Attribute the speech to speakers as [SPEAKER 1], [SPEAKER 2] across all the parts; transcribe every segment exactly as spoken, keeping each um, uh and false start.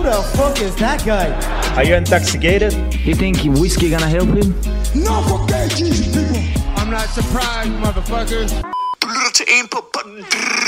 [SPEAKER 1] the fuck is that guy?
[SPEAKER 2] Are you intoxicated?
[SPEAKER 3] You think whiskey gonna help him?
[SPEAKER 1] No, forget Jesus, people.
[SPEAKER 4] I'm not surprised, motherfuckers.
[SPEAKER 5] Du lytter til en på podden.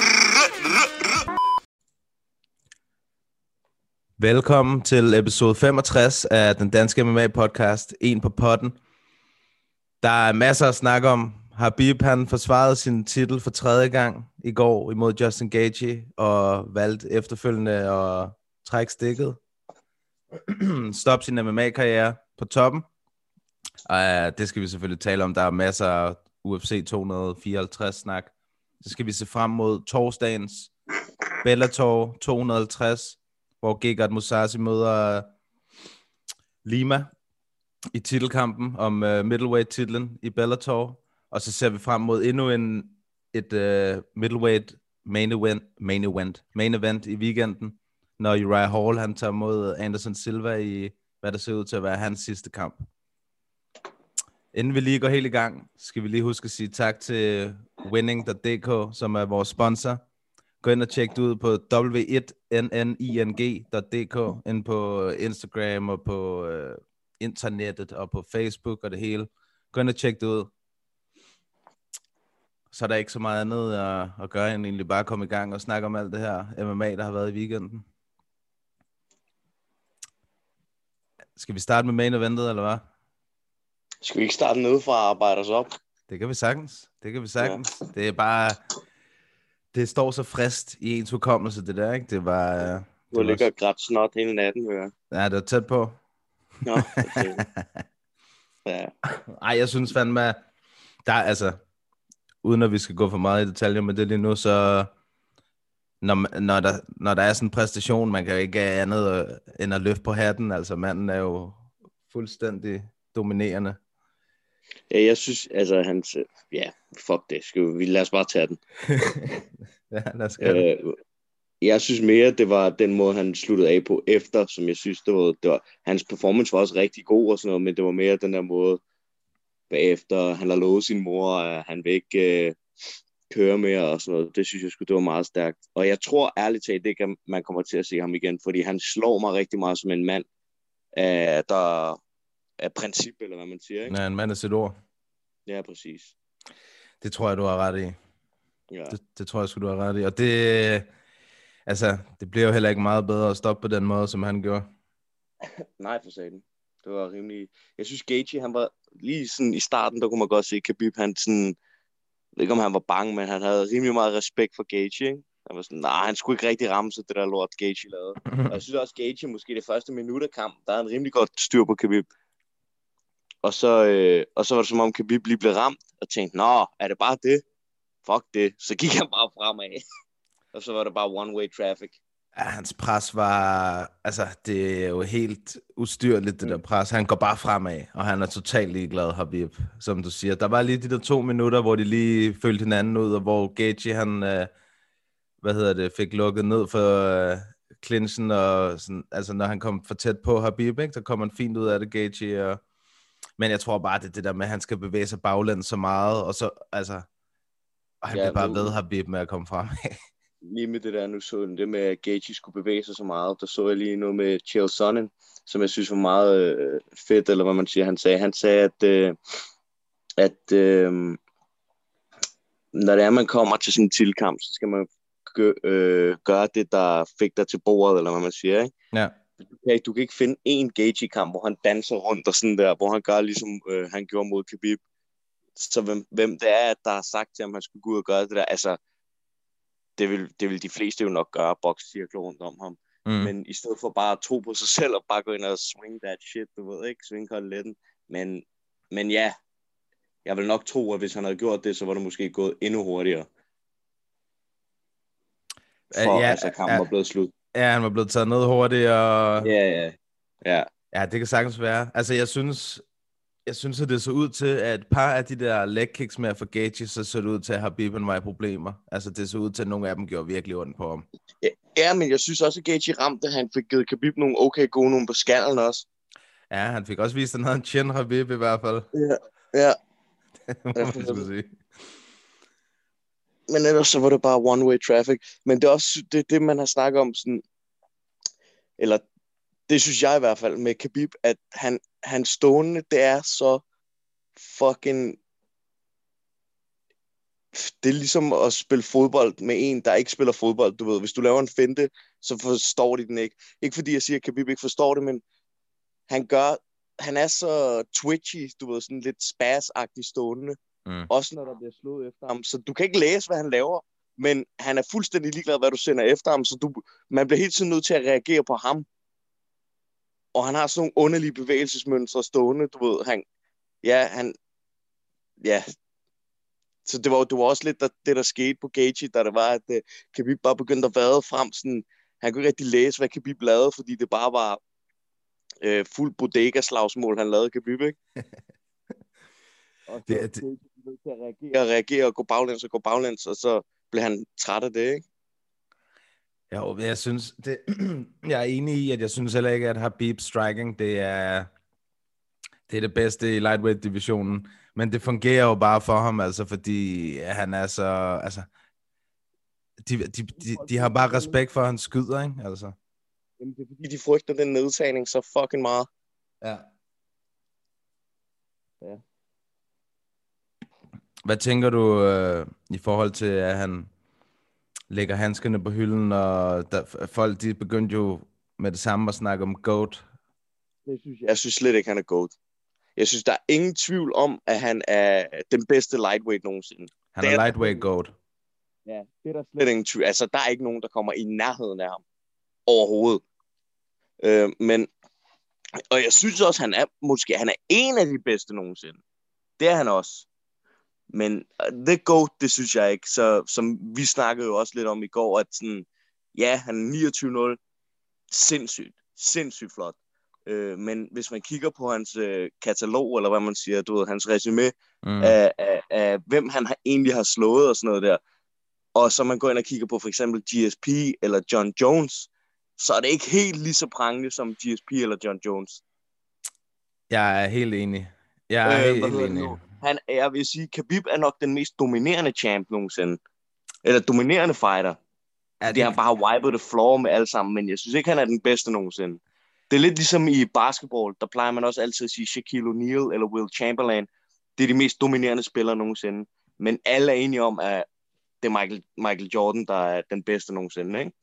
[SPEAKER 6] Velkommen til episode femogtres af den danske M M A-podcast, En på podden. Der er masser at snakke om. Khabib, han forsvarede sin titel for tredje gang i går imod Justin Gaethje, og valgte efterfølgende at trække stikket. Stop sin M M A-karriere på toppen. Og uh, det skal vi selvfølgelig tale om. Der er masser af U F C to fireoghalvtreds-snak. Så skal vi se frem mod torsdagens Bellator to halvtreds, hvor Gegard Mousasi møder Lima i titelkampen om uh, middleweight-titlen i Bellator. Og så ser vi frem mod endnu en et uh, middleweight main event, main event, main event i weekenden, når Uriah Hall han tager mod Anderson Silva i, hvad der ser ud til at være hans sidste kamp. Inden vi lige går helt i gang, skal vi lige huske at sige tak til winning punktum d k, som er vores sponsor. Gå ind og tjek det ud på w et ninning punktum d k, ind på Instagram og på uh, internettet og på Facebook og det hele. Gå ind og tjek det ud. Så er der ikke så meget andet at, at gøre, end egentlig bare komme i gang og snakke om alt det her M M A, der har været i weekenden. Skal vi starte med main eventet, eller hvad?
[SPEAKER 5] Skal vi ikke starte nedefra og arbejde os op?
[SPEAKER 6] Det kan vi sagtens. Det kan vi sagtens. Ja. Det er bare... Det står så frist i ens hukommelse, det der, ikke? Det var...
[SPEAKER 5] Du ligger og grædt snot hele natten, hører jeg.
[SPEAKER 6] Ja, det var tæt på.
[SPEAKER 5] Nå, okay. Ja.
[SPEAKER 6] Ej, jeg synes fandme, der er altså... Uden at vi skal gå for meget i detaljer med det lige nu, så når, når, der, når der er sådan en præstation, man kan jo ikke have andet end at løfte på hatten. Altså manden er jo fuldstændig dominerende.
[SPEAKER 5] Ja, jeg synes, altså hans... Ja, fuck det. Skal vi lad os bare tage den.
[SPEAKER 6] Ja, lad os gøre øh,
[SPEAKER 5] Jeg synes mere, det var den måde, han sluttede af på efter, som jeg synes, det var... Det var hans performance var også rigtig god og sådan noget, men det var mere den der måde... Bagefter han har lovet sin mor, at han vil ikke øh, køre mere og sådan noget. Det synes jeg sgu, det var meget stærkt. Og jeg tror ærligt talt, det kan man kommer til at se ham igen, fordi han slår mig rigtig meget som en mand, øh, der er princip, eller hvad man siger, ikke?
[SPEAKER 6] Ja, en mand af sit ord.
[SPEAKER 5] Ja, præcis.
[SPEAKER 6] Det tror jeg, du har ret i.
[SPEAKER 5] Ja.
[SPEAKER 6] Det, det tror jeg sgu, du har ret i. Og det, altså, det bliver jo heller ikke meget bedre at stoppe på den måde, som han gjorde.
[SPEAKER 5] Nej, for satan. Det var rimelig... Jeg synes, Gaethje, han var lige sådan i starten, der kunne man godt se, Khabib, han sådan... Jeg ved ikke, om han var bange, men han havde rimelig meget respekt for Gaethje, ikke? Han var sådan, nej, han skulle ikke rigtig ramme sig, det der lort, Gaethje lavede. Og jeg synes også, Gaethje, måske det første minut af kampen, der havde han rimelig godt styr på Khabib. Og så, øh, og så var det som om, Khabib lige blev ramt, og tænkte, nå, er det bare det? Fuck det. Så gik han bare fremad. Og så var det bare one-way traffic.
[SPEAKER 6] Ja, hans pres var, altså det er jo helt ustyrligt, det der pres. Han går bare fremad, og han er totalt ligeglad, Khabib, som du siger. Der var lige de der to minutter, hvor de lige følte hinanden ud, og hvor Gaethje, han, øh, hvad hedder det, fik lukket ned for øh, clinchen, og sådan, altså når han kom for tæt på Khabib, ikke, så kom han fint ud af det, Gaethje. Og... Men jeg tror bare, det er det der med, at han skal bevæge sig baglæns så meget, og så, altså, og han ja, bliver bare ved, Khabib, med at komme fremad.
[SPEAKER 5] Lige med det der, nu så det med, at Gaethje skulle bevæge sig så meget, der så jeg lige noget med Chael Sonnen, som jeg synes var meget øh, fedt, eller hvad man siger, han sagde. Han sagde, at, øh, at øh, når det er, man kommer til sådan en tilkamp, så skal man gø, øh, gøre det, der fik dig til bordet, eller hvad man siger, ikke?
[SPEAKER 6] Ja.
[SPEAKER 5] Du kan, du kan ikke finde én Gaethje-kamp, hvor han danser rundt og sådan der, hvor han gør ligesom øh, han gjorde mod Khabib. Så hvem, hvem det er, der har sagt til ham, at han skulle gå ud og gøre det der, altså Det vil, det vil de fleste jo nok gøre, bokscirkler rundt om ham. Mm. Men i stedet for bare at tro på sig selv, og bare gå ind og swing that shit, du ved ikke, swing koteletten. Men, men ja, jeg vil nok tro, at hvis han havde gjort det, så var det måske gået endnu hurtigere. For
[SPEAKER 6] uh, ja,
[SPEAKER 5] altså, kampen
[SPEAKER 6] uh,
[SPEAKER 5] var blevet slut.
[SPEAKER 6] Ja, han var blevet taget ned hurtigt, og...
[SPEAKER 5] Ja, ja, ja.
[SPEAKER 6] Ja, det kan sagtens være. Altså, jeg synes... Jeg synes, at det så ud til, at et par af de der leg kicks med at få Gaethje, så så det ud til, at Khabib var i problemer. Altså, det så ud til, at nogle af dem gjorde virkelig ondt på ham.
[SPEAKER 5] Ja, ja, men jeg synes også, at Gaethje ramte, han fik givet Khabib nogle okay gode nogle på skallen også.
[SPEAKER 6] Ja, han fik også vist, at han havde en chin, Khabib i hvert fald.
[SPEAKER 5] Ja, ja.
[SPEAKER 6] Det må man skulle sige.
[SPEAKER 5] Men ellers så var det bare one-way traffic. Men det er også det, det man har snakket om, sådan, eller det synes jeg i hvert fald med Khabib, at han, han stående, det er så fucking... Det er ligesom at spille fodbold med en, der ikke spiller fodbold, du ved. Hvis du laver en finte, så forstår de den ikke. Ikke fordi jeg siger, at Khabib ikke forstår det, men han gør... Han er så twitchy, du ved, sådan lidt spasagtig stående. Mm. Også når der bliver slået efter ham. Så du kan ikke læse, hvad han laver, men han er fuldstændig ligeglad, hvad du sender efter ham, så du, man bliver helt tiden nødt til at reagere på ham. Og han har sådan nogle underlige bevægelsesmønstre stående, du ved, han, ja, han, ja, så det var, det var også lidt der, det, der skete på Gaethje, da det var, at uh, Khabib bare begyndte at vade frem, sådan, han kunne ikke rigtig læse, hvad Khabib lavede, fordi det bare var uh, fuld bodega-slagsmål, han lavede Khabib, ikke? Og så det, det... nødt til at reagere og reagere og gå baglæns og gå baglæns, og så blev han træt af det, ikke?
[SPEAKER 6] Jo, jeg synes, det, jeg er enig i, at jeg synes heller ikke, at Khabib striking, det er, det er det bedste i lightweight-divisionen, men det fungerer jo bare for ham, altså, fordi han er så, altså, de, de, de, de har bare respekt for, at han skyder, ikke? Altså.
[SPEAKER 5] Jamen, det er fordi, de frygter den nedtagning så fucking meget.
[SPEAKER 6] Ja.
[SPEAKER 5] Ja.
[SPEAKER 6] Hvad tænker du øh, i forhold til, at han lægger handskerne på hylden, og der, folk de begyndte jo med det samme at snakke om GOAT?
[SPEAKER 5] Det synes jeg. jeg synes slet ikke, han er GOAT. Jeg synes, der er ingen tvivl om, at han er den bedste lightweight nogensinde.
[SPEAKER 6] Han er, er lightweight GOAT.
[SPEAKER 5] Ja, det er der slet ingen tvivl. Altså, der er ikke nogen, der kommer i nærheden af ham. Overhovedet. Øh, men, og jeg synes også, han er måske han er en af de bedste nogensinde. Det er han også. Men the GOAT, det synes jeg ikke. Så som vi snakkede jo også lidt om i går, at sådan, ja, han er niogtyve nul. Sindssygt. Sindssygt flot. Øh, men hvis man kigger på hans øh, katalog, eller hvad man siger, du ved, hans resume, mm. af, af, af hvem han har, egentlig har slået og sådan noget der, og så man går ind og kigger på for eksempel G S P eller John Jones, så er det ikke helt lige så prangende som G S P eller John Jones.
[SPEAKER 6] Jeg er helt enig. Jeg er øh, helt enig.
[SPEAKER 5] Han, jeg vil sige, Khabib er nok den mest dominerende champ nogensinde. Eller dominerende fighter. Ja, det... Han bare har wiped the floor med alle sammen, men jeg synes ikke, han er den bedste nogensinde. Det er lidt ligesom i basketball, der plejer man også altid at sige Shaquille O'Neal eller Will Chamberlain. Det er de mest dominerende spillere nogensinde. Men alle er enige om, at det er Michael, Michael Jordan, der er den bedste nogensinde, ikke?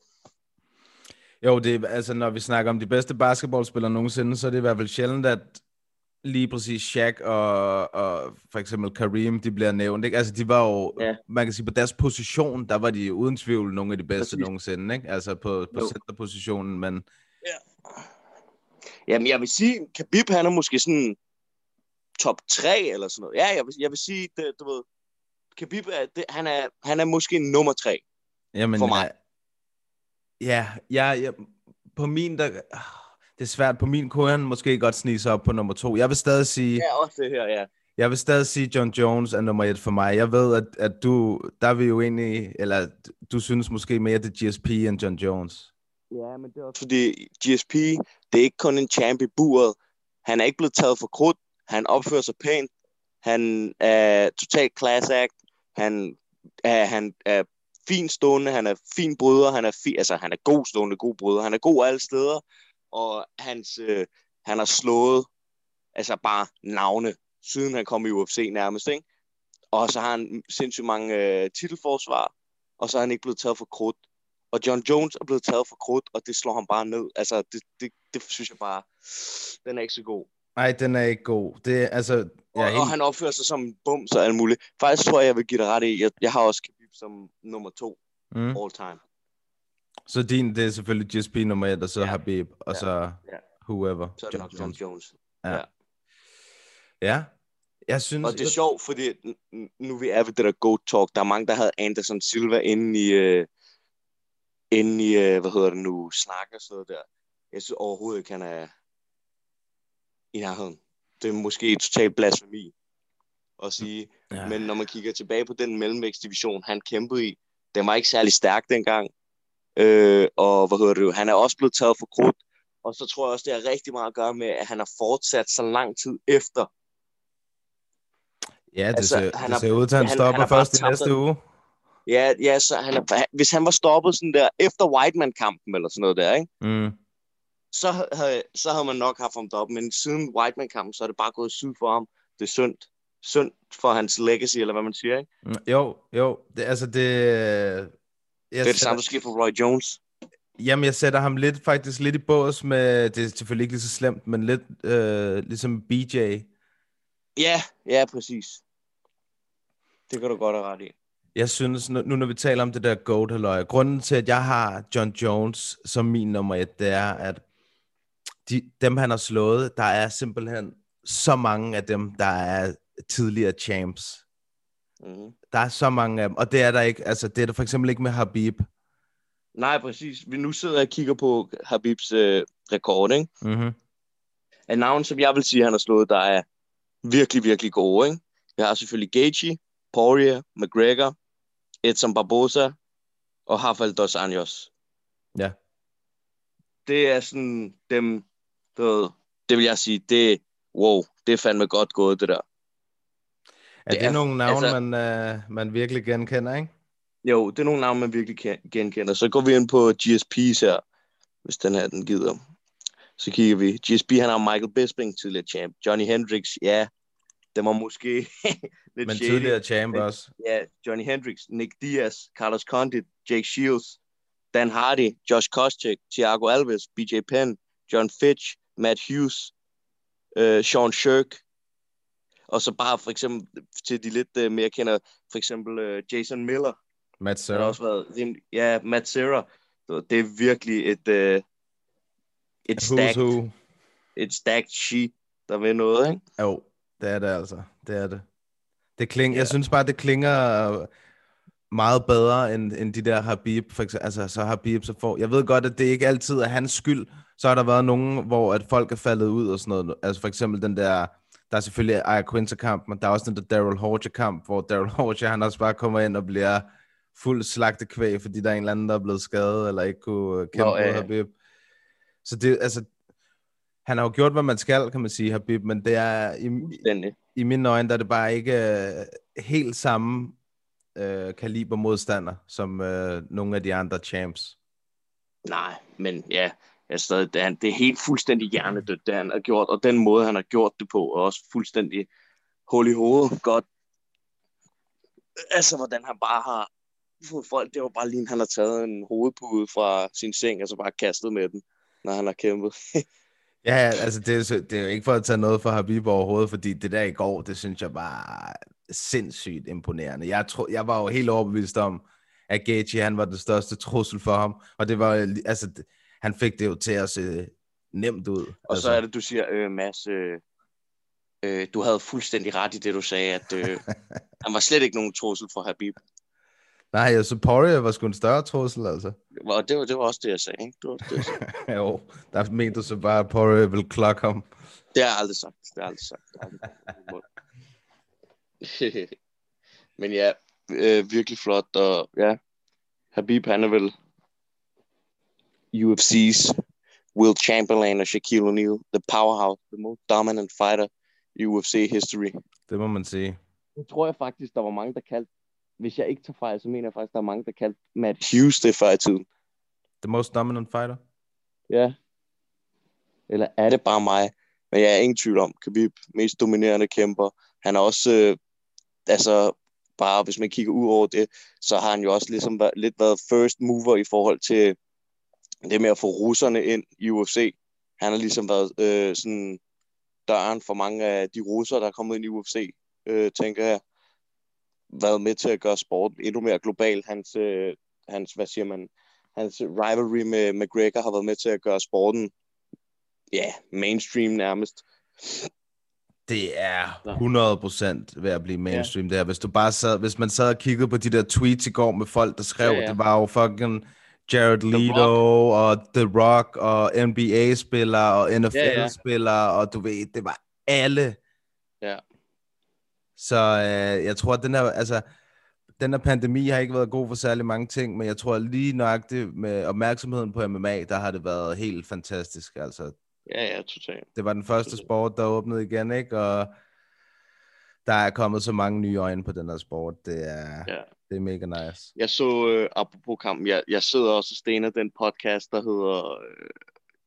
[SPEAKER 6] Jo, det er, altså når vi snakker om de bedste basketballspillere nogensinde, så er det i hvert fald sjældent, at lige præcis Shaq og, og for eksempel Kareem, de bliver nævnt, ikke? Altså, de var jo, ja. Man kan sige, på deres position, der var de uden tvivl nogle af de bedste præcis. Nogensinde, ikke? Altså på, på centerpositionen, men...
[SPEAKER 5] Ja. Jamen, jeg vil sige, Khabib, han er måske sådan top tre eller sådan noget. Ja, jeg vil, jeg vil sige, det, du ved, Khabib, er, det, han, er, han er måske nummer tre
[SPEAKER 6] Jamen,
[SPEAKER 5] for mig.
[SPEAKER 6] Ja, ja, ja, på min, der... Det er svært. På min kunne han måske godt snige sig op på nummer to. Jeg vil stadig sige...
[SPEAKER 5] Ja, også det her, ja.
[SPEAKER 6] Jeg vil stadig sige, John Jones er nummer et for mig. Jeg ved, at, at du... Der er vi jo egentlig... Eller du synes måske mere, det er G S P end John Jones.
[SPEAKER 5] Ja, men det er også fordi G S P, det er ikke kun en champ i buret. Han er ikke blevet taget for krudt. Han opfører sig pænt. Han er totalt class act. Han er, han er fin stående. Han er fin bryder. Han er, fi, altså, han er god stående, god bryder. Han er god alle steder. Og hans, øh, han har slået altså bare navne, siden han kom i U F C nærmest, ikke? Og så har han sindssygt mange øh, titelforsvar, og så er han ikke blevet taget for krudt. Og John Jones er blevet taget for krudt, og det slår ham bare ned. Altså, det, det, det synes jeg bare, den er ikke så god.
[SPEAKER 6] Nej, den er ikke god. Det, altså, jeg
[SPEAKER 5] og,
[SPEAKER 6] helt...
[SPEAKER 5] og han opfører sig som en bums og alt muligt. Faktisk tror jeg, jeg vil give dig ret i, jeg, jeg har også Khabib som nummer to mm. all time.
[SPEAKER 6] Så din, det er selvfølgelig G S P nummer et, og så ja. Khabib, og ja. så ja. whoever.
[SPEAKER 5] Så er det nok John Jones.
[SPEAKER 6] Ja. ja. Ja, jeg synes...
[SPEAKER 5] Og det er sjovt, fordi nu vi er ved det der GOAT talk, der er mange, der havde Anderson Silva inde i, uh, inde i uh, hvad hedder det nu, snak og sådan noget der. Jeg synes overhovedet ikke, han er i nærheden. Det er måske totalt blasfemi at sige. Ja. Men når man kigger tilbage på den mellemvægtsdivision, han kæmpede i, den var ikke særlig stærk dengang. Øh, og hvad hedder det, han er også blevet taget for krudt, og så tror jeg også, det har rigtig meget at gøre med, at han har fortsat så lang tid efter.
[SPEAKER 6] Ja, det, altså, ser, han det ser ud til, at han, han stopper han først i næste uge.
[SPEAKER 5] Ja, ja, så han er, hvis han var stoppet sådan der, efter Whiteman-kampen eller sådan noget der, ikke?
[SPEAKER 6] Mm.
[SPEAKER 5] så havde, så havde man nok haft ham deroppe, men siden Whiteman-kampen, så er det bare gået syd for ham. Det er synd. Synd for hans legacy, eller hvad man siger, ikke?
[SPEAKER 6] Mm, jo, jo. Det, altså, det... Jeg
[SPEAKER 5] det er det samme, der sker for Roy Jones.
[SPEAKER 6] Jamen, jeg sætter ham lidt, faktisk lidt i bås med... Det er selvfølgelig ikke lige så slemt, men lidt øh, ligesom B J.
[SPEAKER 5] Ja, ja, præcis. Det kan du godt have ret i.
[SPEAKER 6] Jeg synes, nu når vi taler om det der GOAT-halløj, grunden til, at jeg har John Jones som min nummer et, det er, at de, dem, han har slået, der er simpelthen så mange af dem, der er tidligere champs.
[SPEAKER 5] Mm-hmm.
[SPEAKER 6] Der er så mange af dem, og det er der ikke, altså det er der for eksempel ikke med Khabib.
[SPEAKER 5] Nej, præcis. Vi nu sidder og kigger på Khabibs øh, rekord, ikke?
[SPEAKER 6] Mm-hmm.
[SPEAKER 5] Af navn, som jeg vil sige, han har slået, der er virkelig, virkelig gode, ikke? Jeg har selvfølgelig Gaethje, Poirier, McGregor, Edson Barboza og Rafael dos Anjos.
[SPEAKER 6] Ja.
[SPEAKER 5] Det er sådan dem, det, det vil jeg sige, det wow, det er fandme godt gået, det der.
[SPEAKER 6] Er det, det er nogle navne,
[SPEAKER 5] altså,
[SPEAKER 6] man, uh, man virkelig genkender, ikke?
[SPEAKER 5] Jo, det er nogle navne, man virkelig genkender. Så går vi ind på G S P's her, hvis den her, den gider. Så kigger vi. G S P, han har Michael Bisping, tidligere champ. Johnny Hendricks, ja, det var måske lidt
[SPEAKER 6] men
[SPEAKER 5] shady.
[SPEAKER 6] tidligere champ men, også.
[SPEAKER 5] Ja, Johnny Hendricks, Nick Diaz, Carlos Condit, Jake Shields, Dan Hardy, Josh Koscheck, Thiago Alves, B J Penn, John Fitch, Matt Hughes, uh, Sean Shirk. Og så bare for eksempel til de lidt uh, mere kender, for eksempel uh, Jason Miller.
[SPEAKER 6] Matt Serra.
[SPEAKER 5] Det har også været rimelig, ja, Matt Serra. Det er virkelig et uh, et stacked, et stacked sheet, der vil noget, ikke?
[SPEAKER 6] Jo, det er det altså. Det er det. Det klinger, ja. Jeg synes bare, det klinger meget bedre end, end de der Khabib, for eksempel. Altså, så Khabib så får... Jeg ved godt, at det ikke altid er hans skyld. Så har der været nogen, hvor at folk er faldet ud og sådan noget. Altså for eksempel den der... Der er selvfølgelig Aya Quinter-kamp, men der er også den der Daryl Horcher-kamp, hvor Daryl Horcher, han også bare kommer ind og bliver fuld slagtekvæg, fordi der er en eller anden, der er blevet skadet, eller ikke kunne kæmpe mod Khabib. Så det, altså... Han har jo gjort, hvad man skal, kan man sige, Khabib, men det er... I, i, i mine øjne, der er det bare ikke uh, helt samme uh, kaliber modstander, som uh, nogle af de andre champs.
[SPEAKER 5] Nej, men ja... Altså, det, er, det er helt fuldstændig hjernedødt, det han har gjort, og den måde, han har gjort det på, er også fuldstændig hul i hovedet godt. Altså, hvordan han bare har fået folk, det var bare lige, han har taget en hovedpude fra sin seng, og så bare kastet med den, når han har kæmpet.
[SPEAKER 6] Ja, altså, det er, det er jo ikke for at tage noget for Khabib overhovedet, fordi det der i går, det synes jeg bare sindssygt imponerende. Jeg, tro, jeg var jo helt overbevist om, at Gaethje, han var den største trussel for ham, og det var, altså... Han fik det jo til at se nemt ud.
[SPEAKER 5] Og altså. Så er det, du siger, øh, Mads, øh, øh, du havde fuldstændig ret i det, du sagde, at øh, han var slet ikke nogen trussel for Khabib.
[SPEAKER 6] Nej, altså Poirier var sgu en større trussel, altså.
[SPEAKER 5] Og det var, det var også det, jeg sagde, ikke? Det var det, jeg sagde.
[SPEAKER 6] Jo, der mente du så bare, at Poirier ville klokke ham.
[SPEAKER 5] Det har jeg aldrig sagt. Det har jeg aldrig sagt. Aldrig. Men ja, øh, virkelig flot, og ja, Khabib, han er vel U F C's Will Chamberlain og Shaquille O'Neal, the powerhouse, the most dominant fighter i U F C history.
[SPEAKER 6] Det må man sige.
[SPEAKER 5] Det tror jeg faktisk, der var mange, der kaldte, hvis jeg ikke tager fejl, så mener jeg faktisk, der er mange, der kaldte Matt Hughes det før i tiden.
[SPEAKER 6] The most dominant fighter?
[SPEAKER 5] Ja. Eller er det bare mig? Men jeg er ingen tvivl om, Khabib, mest dominerende kæmper. Han er også, øh, altså, bare hvis man kigger ud over det, så har han jo også ligesom været, lidt været first mover i forhold til det med at få russerne ind i U F C. Han har ligesom været øh, sådan døren for mange af de russere, der er kommet ind i U F C, øh, tænker jeg. Været med til at gøre sporten endnu mere global. Hans, øh, hans hvad siger man, hans rivalry med McGregor har været med til at gøre sporten, ja, yeah, mainstream nærmest.
[SPEAKER 6] Det er hundrede procent ved at blive mainstream, ja. Det her. Hvis du bare sad, hvis man sad og kiggede på de der tweets i går med folk, der skrev, ja, ja. Det var jo fucking Jared Leto og The Rock og N B A-spillere og N F L-spillere, ja, ja. Og du ved, det var alle.
[SPEAKER 5] Ja.
[SPEAKER 6] Så øh, jeg tror, at den her, altså, den her pandemi har ikke været god for særlig mange ting, men jeg tror lige nøjagtigt med opmærksomheden på M M A, der har det været helt fantastisk. Altså,
[SPEAKER 5] ja, ja, totalt.
[SPEAKER 6] Det var den første totalt. Sport, der åbnede igen, ikke? Og der er kommet så mange nye øjne på den her sport. Det er, ja. Det er mega nice.
[SPEAKER 5] Jeg så, øh, apropos kampen, jeg, jeg sidder også og stener den podcast, der hedder øh,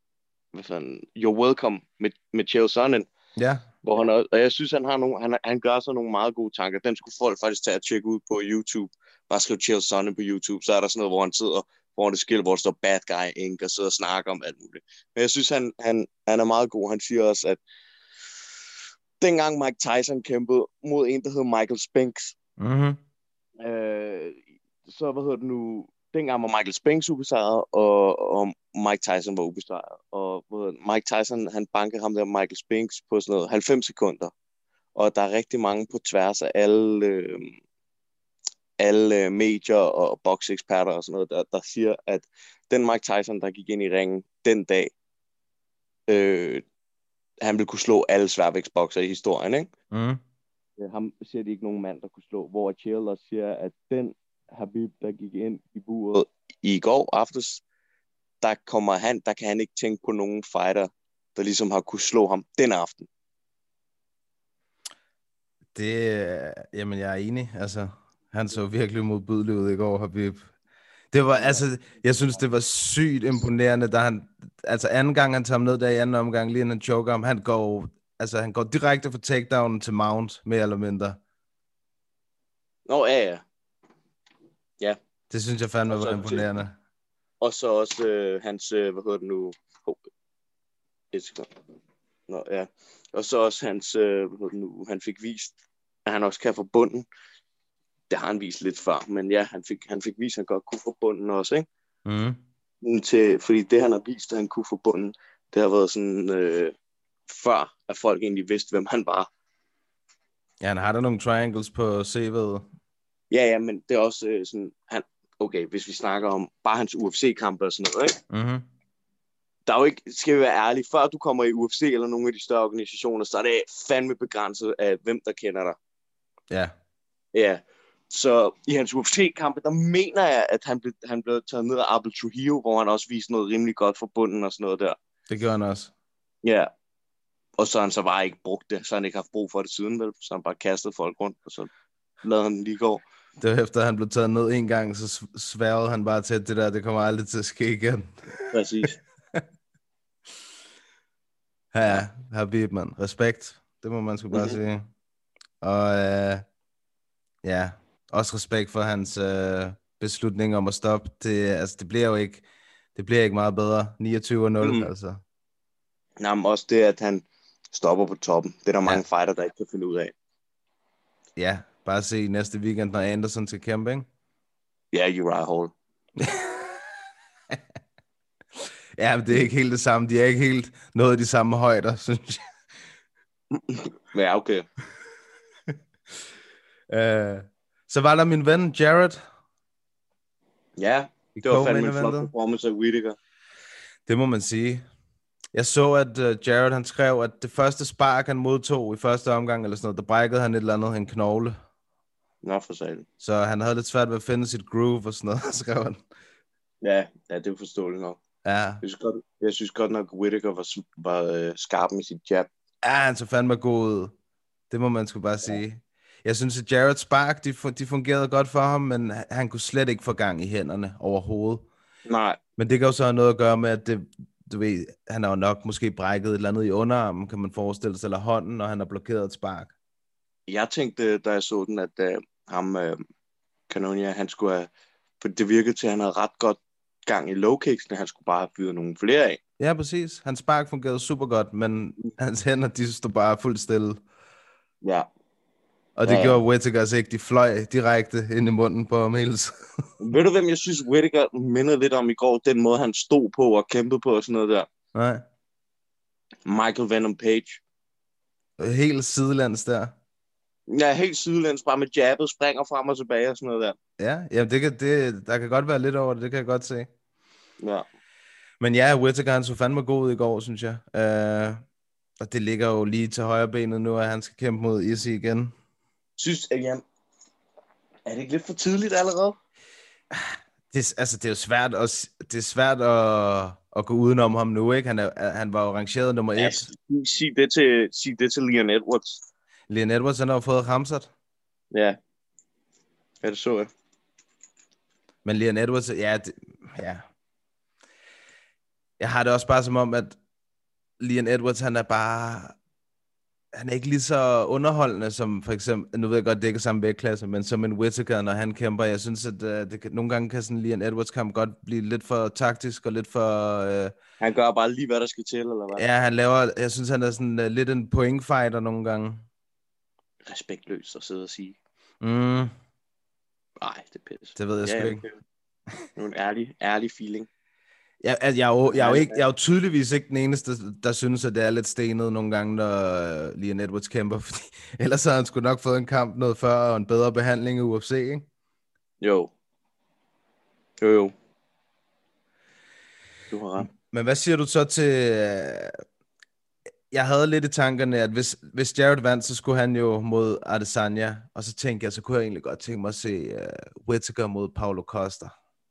[SPEAKER 5] hvad sådan, You're Welcome med, med Chael Sonnen.
[SPEAKER 6] Ja.
[SPEAKER 5] Hvor han også, og jeg synes, han, har nogle, han, han gør så nogle meget gode tanker. Den skulle folk faktisk tage at tjekke ud på YouTube. Bare skriv Chael Sonnen på YouTube, så er der sådan noget, hvor han sidder foran det skilt, hvor der står Bad Guy Incorporated og sidder og snakker om alt muligt. Men jeg synes, han, han, han er meget god. Han siger også, at dengang Mike Tyson kæmpede mod en, der hed Michael Spinks,
[SPEAKER 6] Mhm.
[SPEAKER 5] øh, så hvad hedder det nu, dengang var Michael Spinks ubesejret, og, og Mike Tyson var ubesejret. Og hvad hedder det, Mike Tyson, han bankede ham der Michael Spinks på sådan noget halvfems sekunder. Og der er rigtig mange på tværs af alle, øh, alle medier og bokseksperter og sådan noget, der, der siger, at den Mike Tyson, der gik ind i ringen den dag, øh, han ville kunne slå alle sværvægtsbokser i historien, ikke?
[SPEAKER 6] Mhm.
[SPEAKER 5] Øh, Ham siger de ikke nogen mand, der kunne slå. Hvor Chael også siger, at den Khabib, der gik ind i buret i går aftes, der kommer han, der kan han ikke tænke på nogen fighter, der ligesom har kunne slå ham den aften.
[SPEAKER 6] Det, øh, jamen jeg er enig, altså, han så virkelig modbydelig ud i går, Khabib. Det var, altså, jeg synes, det var sygt imponerende, da han, altså anden gang, han tager ham ned der i anden omgang, lige inden han choker ham, han går, altså, han går direkte fra takedownen til mount, mere eller mindre.
[SPEAKER 5] Nå, ja, ja. Ja,
[SPEAKER 6] Det synes jeg fandme
[SPEAKER 5] Og så
[SPEAKER 6] var
[SPEAKER 5] til-
[SPEAKER 6] imponerende.
[SPEAKER 5] og så også øh, hans, øh, hvad hedder det nu? Oh, et sekund. Nå, ja. Og så også hans, øh, hvad hedder det nu? Han fik vist, at han også kan få bunden. Det har han vist lidt før, men ja, han fik, han fik vist, at han godt kunne få bunden også, ikke?
[SPEAKER 6] Mhm.
[SPEAKER 5] Til, fordi det, han har vist, at han kunne få bunden, det har været sådan, øh, før, at folk egentlig vidste, hvem han var.
[SPEAKER 6] Ja, han har da nogle triangles på C V'et.
[SPEAKER 5] Ja, ja, men det er også øh, sådan, han, okay, hvis vi snakker om bare hans U F C-kampe og sådan noget, ikke?
[SPEAKER 6] Mhm.
[SPEAKER 5] Der er jo ikke, skal vi være ærlige, før du kommer i U F C eller nogle af de større organisationer, så er det fandme begrænset af, hvem der kender dig.
[SPEAKER 6] Ja.
[SPEAKER 5] Ja, så i hans U F C-kampe, der mener jeg, at han blev, han blev taget ned af Abel Trujillo, hvor han også viste noget rimelig godt for bunden og sådan noget der.
[SPEAKER 6] Det gjorde han også.
[SPEAKER 5] Ja, og så har han så bare ikke brugt det, så har han ikke haft brug for det siden, vel? Så har han bare kastet folk rundt, og så lavede han den lige i går.
[SPEAKER 6] Det var efter, at han blev taget ned en gang, så sv- sværede han bare til, at det der, det kommer aldrig til at ske igen.
[SPEAKER 5] Præcis.
[SPEAKER 6] Ja, Khabib, man. Respekt. Det må man sgu bare
[SPEAKER 5] Mhm.
[SPEAKER 6] sige. Og øh, ja, også respekt for hans øh, beslutning om at stoppe. Det, altså, det bliver jo ikke, det bliver ikke meget bedre. niogtyve nul,
[SPEAKER 5] Mhm.
[SPEAKER 6] altså.
[SPEAKER 5] Nej, men også det, at han stopper på toppen. Det er der mange fighter, der ikke kan finde ud af.
[SPEAKER 6] Ja, bare se næste weekend, når Anderson skal kæmpe, ikke?
[SPEAKER 5] Ja, Uriah Hall.
[SPEAKER 6] Ja, men det er ikke helt det samme. De er ikke helt nået af de samme højder, synes jeg.
[SPEAKER 5] Ja, okay.
[SPEAKER 6] Øh, så var der min ven Jared.
[SPEAKER 5] Ja,
[SPEAKER 6] i
[SPEAKER 5] det var
[SPEAKER 6] co-main
[SPEAKER 5] fandme en flot
[SPEAKER 6] eventet.
[SPEAKER 5] performance af Whittaker.
[SPEAKER 6] Det må man sige. Jeg så, at uh, Jared han skrev, at det første spark, han modtog i første omgang, eller sådan noget, der brækkede han et eller andet, en knogle.
[SPEAKER 5] Nå, for satan.
[SPEAKER 6] Så han havde lidt svært ved at finde sit groove og sådan noget, skrev han.
[SPEAKER 5] Ja, ja, det er forståeligt nok.
[SPEAKER 6] Ja,
[SPEAKER 5] Jeg synes godt, jeg synes godt nok, at Whittaker var, s- var øh, skarp med sit jab.
[SPEAKER 6] ja han så fandme god ud. Det må man sgu bare sige. Jeg synes, at Jareds spark, de, fu- de fungerede godt for ham, men han- han kunne slet ikke få gang i hænderne overhovedet.
[SPEAKER 5] Nej,
[SPEAKER 6] Men det kan jo så have noget at gøre med, at det, du ved, han har jo nok måske brækket et eller andet i underarmen, kan man forestille sig, eller hånden, når han har blokeret et spark.
[SPEAKER 5] jeg tænkte, da jeg så den, at uh, ham, uh, Cannonier, han skulle have, for det virkede til, at han havde ret godt gang i low kicksene, han skulle bare have fyret nogle flere af.
[SPEAKER 6] Ja, præcis. Hans spark fungerede super godt, men hans hænder, de stod bare fuldt stille.
[SPEAKER 5] Ja.
[SPEAKER 6] Og det
[SPEAKER 5] Ja, ja.
[SPEAKER 6] gjorde Whittaker ikke. De fløj direkte ind i munden på ham hele tiden.
[SPEAKER 5] Ved du, hvem jeg synes, Whittaker mindede lidt om i går? Den måde, han stod på og kæmpede på og sådan noget der.
[SPEAKER 6] Nej.
[SPEAKER 5] Michael Venom Page.
[SPEAKER 6] Helt sidelands der.
[SPEAKER 5] Ja, helt sidelæns, bare med jabbet, springer frem og tilbage og sådan noget der.
[SPEAKER 6] Ja, jamen det kan, det, der kan godt være lidt over det, det kan jeg godt se.
[SPEAKER 5] Ja.
[SPEAKER 6] Men ja, Whittaker, han så fandme god ud i går, synes jeg. Uh, og det ligger jo lige til højre benet nu, at han skal kæmpe mod Izzy igen.
[SPEAKER 5] Synes, at Jan, er det ikke lidt for tidligt allerede?
[SPEAKER 6] Det, er- altså, det er jo svært at, s- det er svært at, at gå udenom ham nu, ikke? Han, er, han var jo rangeret nummer et.
[SPEAKER 5] Ja, sig- sig det til, sig det til Leon Edwards.
[SPEAKER 6] Leon Edwards, han har jo fået Ramsat.
[SPEAKER 5] Ja. Ja, det så jeg.
[SPEAKER 6] Men Leon Edwards, ja, det, ja. Jeg har det også bare som om, at Leon Edwards, han er bare... Han er ikke lige så underholdende som for eksempel... Nu ved jeg godt, det ikke er samme vægtklasse, men som en Whittaker, når han kæmper. Jeg synes, at uh, det kan, nogle gange kan sådan Leon Edwards kamp godt blive lidt for taktisk og lidt for... Uh,
[SPEAKER 5] Han gør bare lige, hvad der skal til, eller hvad?
[SPEAKER 6] ja, han laver... Jeg synes, han er sådan uh, lidt en pointfighter nogle gange.
[SPEAKER 5] Respektløst at sidde og sige.
[SPEAKER 6] Mm,
[SPEAKER 5] Nej, det er pisse.
[SPEAKER 6] det ved jeg sgu
[SPEAKER 5] Ja,
[SPEAKER 6] ikke.
[SPEAKER 5] det er en ærlig, ærlig feeling.
[SPEAKER 6] Jeg, jeg, jeg, er jo, jeg, er jo ikke, jeg er jo tydeligvis ikke den eneste, der synes, at det er lidt stenet nogle gange, når uh, Leon Edwards kæmper, fordi ellers havde han sgu nok fået en kamp noget før, og en bedre behandling i U F C, ikke?
[SPEAKER 5] Jo. Jo, jo. Du har ret.
[SPEAKER 6] Men hvad siger du så til... Uh, jeg havde lidt i tankerne, at hvis, hvis Jared vandt, så skulle han jo mod Adesanya, og så tænkte jeg, så kunne jeg egentlig godt tænke mig at se uh, Whittaker mod Paulo Costa.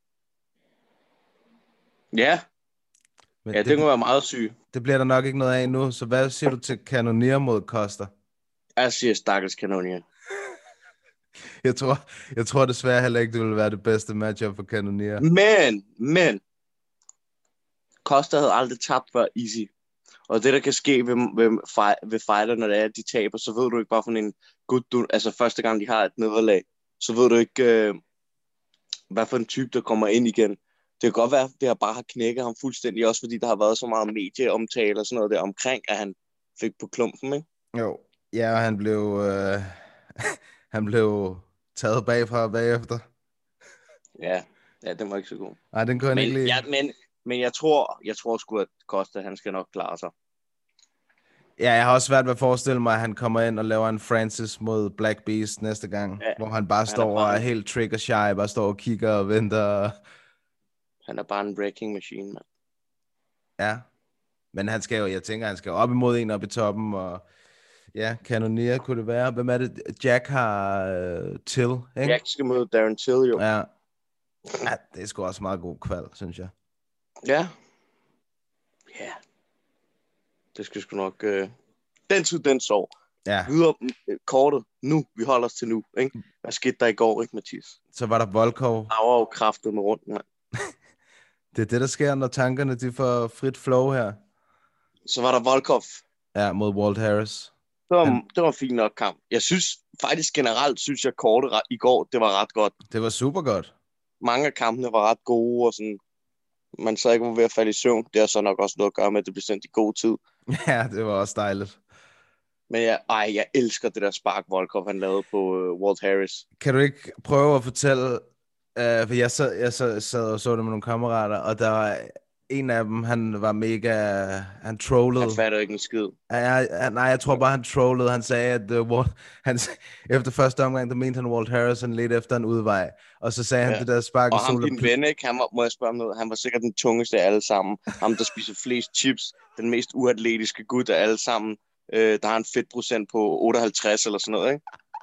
[SPEAKER 5] Ja,
[SPEAKER 6] Men
[SPEAKER 5] ja, det, det kunne være meget syg.
[SPEAKER 6] Det bliver der nok ikke noget af nu, så hvad siger du til Cannonier mod Costa?
[SPEAKER 5] Jeg siger stakkels Cannonier.
[SPEAKER 6] Jeg tror, jeg tror desværre heller ikke, det vil være det bedste matchup for Cannonier.
[SPEAKER 5] Men, men, Costa havde aldrig tabt før easy. Og det, der kan ske ved, ved, ved fighter, når det er, at de taber, så ved du ikke bare for en god, du, altså første gang, de har et nederlag, så ved du ikke, øh, hvad for en type, der kommer ind igen. Det kan godt være, at det har bare har knækket ham fuldstændig, også fordi der har været så meget medieomtale og sådan noget der omkring, at han fik på klumpen, ikke?
[SPEAKER 6] Jo, ja, og han blev, øh, han blev taget bagfra bagefter.
[SPEAKER 5] Ja, ja, den var ikke så god.
[SPEAKER 6] Nej, den kunne han
[SPEAKER 5] Men,
[SPEAKER 6] ikke lide.
[SPEAKER 5] ja, men, men jeg tror, jeg tror sgu, at Costa, han skal nok klare sig.
[SPEAKER 6] Ja, jeg har også svært ved at forestille mig, at han kommer ind og laver en Francis mod Black Beast næste gang,
[SPEAKER 5] Ja,
[SPEAKER 6] hvor han bare
[SPEAKER 5] han
[SPEAKER 6] står
[SPEAKER 5] er bare
[SPEAKER 6] og er
[SPEAKER 5] en-
[SPEAKER 6] helt trigger shy, bare står og kigger og venter.
[SPEAKER 5] Han er bare en breaking machine, mand.
[SPEAKER 6] Ja, men han skal jo, jeg tænker, han skal op imod en op i toppen, og ja, Cannonier kunne det være. Hvem er det? Jack har uh, Till, ikke?
[SPEAKER 5] Jack skal møde Darren Till, jo.
[SPEAKER 6] Ja. Ja, det er sgu også meget god kval, synes jeg.
[SPEAKER 5] Ja. Ja. Det skal sgu nok... Øh... Den tid, den sov.
[SPEAKER 6] Ja,
[SPEAKER 5] Videre øh, kortet. Nu. Vi holder os til nu, ikke? Hvad skete der i går, ikke, Mathias?
[SPEAKER 6] så var der Volkov.
[SPEAKER 5] Der var jo kraftet med rundt, mand.
[SPEAKER 6] Det er det, der sker, når tankerne de får frit flow her.
[SPEAKER 5] Så var der Volkov.
[SPEAKER 6] Ja, mod Walt Harris.
[SPEAKER 5] Det var,
[SPEAKER 6] Han-
[SPEAKER 5] det var en fin nok kamp. Jeg synes faktisk generelt, synes jeg kortet ret- i går, det var ret godt.
[SPEAKER 6] Det var super godt.
[SPEAKER 5] Mange af kampene var ret gode, og sådan... Man sad ikke var ved at falde i søvn. Det har så nok også noget at gøre med, at det blev sendt i god tid.
[SPEAKER 6] Ja, det var også dejligt.
[SPEAKER 5] Men jeg, ej, jeg elsker det der spark, Volkov han lavede på uh, Walt Harris.
[SPEAKER 6] Kan du ikke prøve at fortælle, uh, for jeg sad, jeg sad, sad og så det med nogle kammerater, og der var en af dem, han var mega, han trollede.
[SPEAKER 5] Han fatter ikke en skid.
[SPEAKER 6] Ja, ja, nej, jeg tror bare, han trollede. Han sagde, at uh, Walt, han, efter første omgang, der mente han Walt Harris, han ledte efter en udvej. Og så sagde han
[SPEAKER 5] Ja.
[SPEAKER 6] det der spark i
[SPEAKER 5] Og ham,
[SPEAKER 6] solen.
[SPEAKER 5] din ven, ikke? Han var, må jeg spørge om noget? Han var sikkert den tungeste af alle sammen. Ham, der spiser flest chips. Den mest uatletiske gut af alle sammen. Øh, der har en fedtprocent på otteoghalvtreds eller sådan noget, ikke?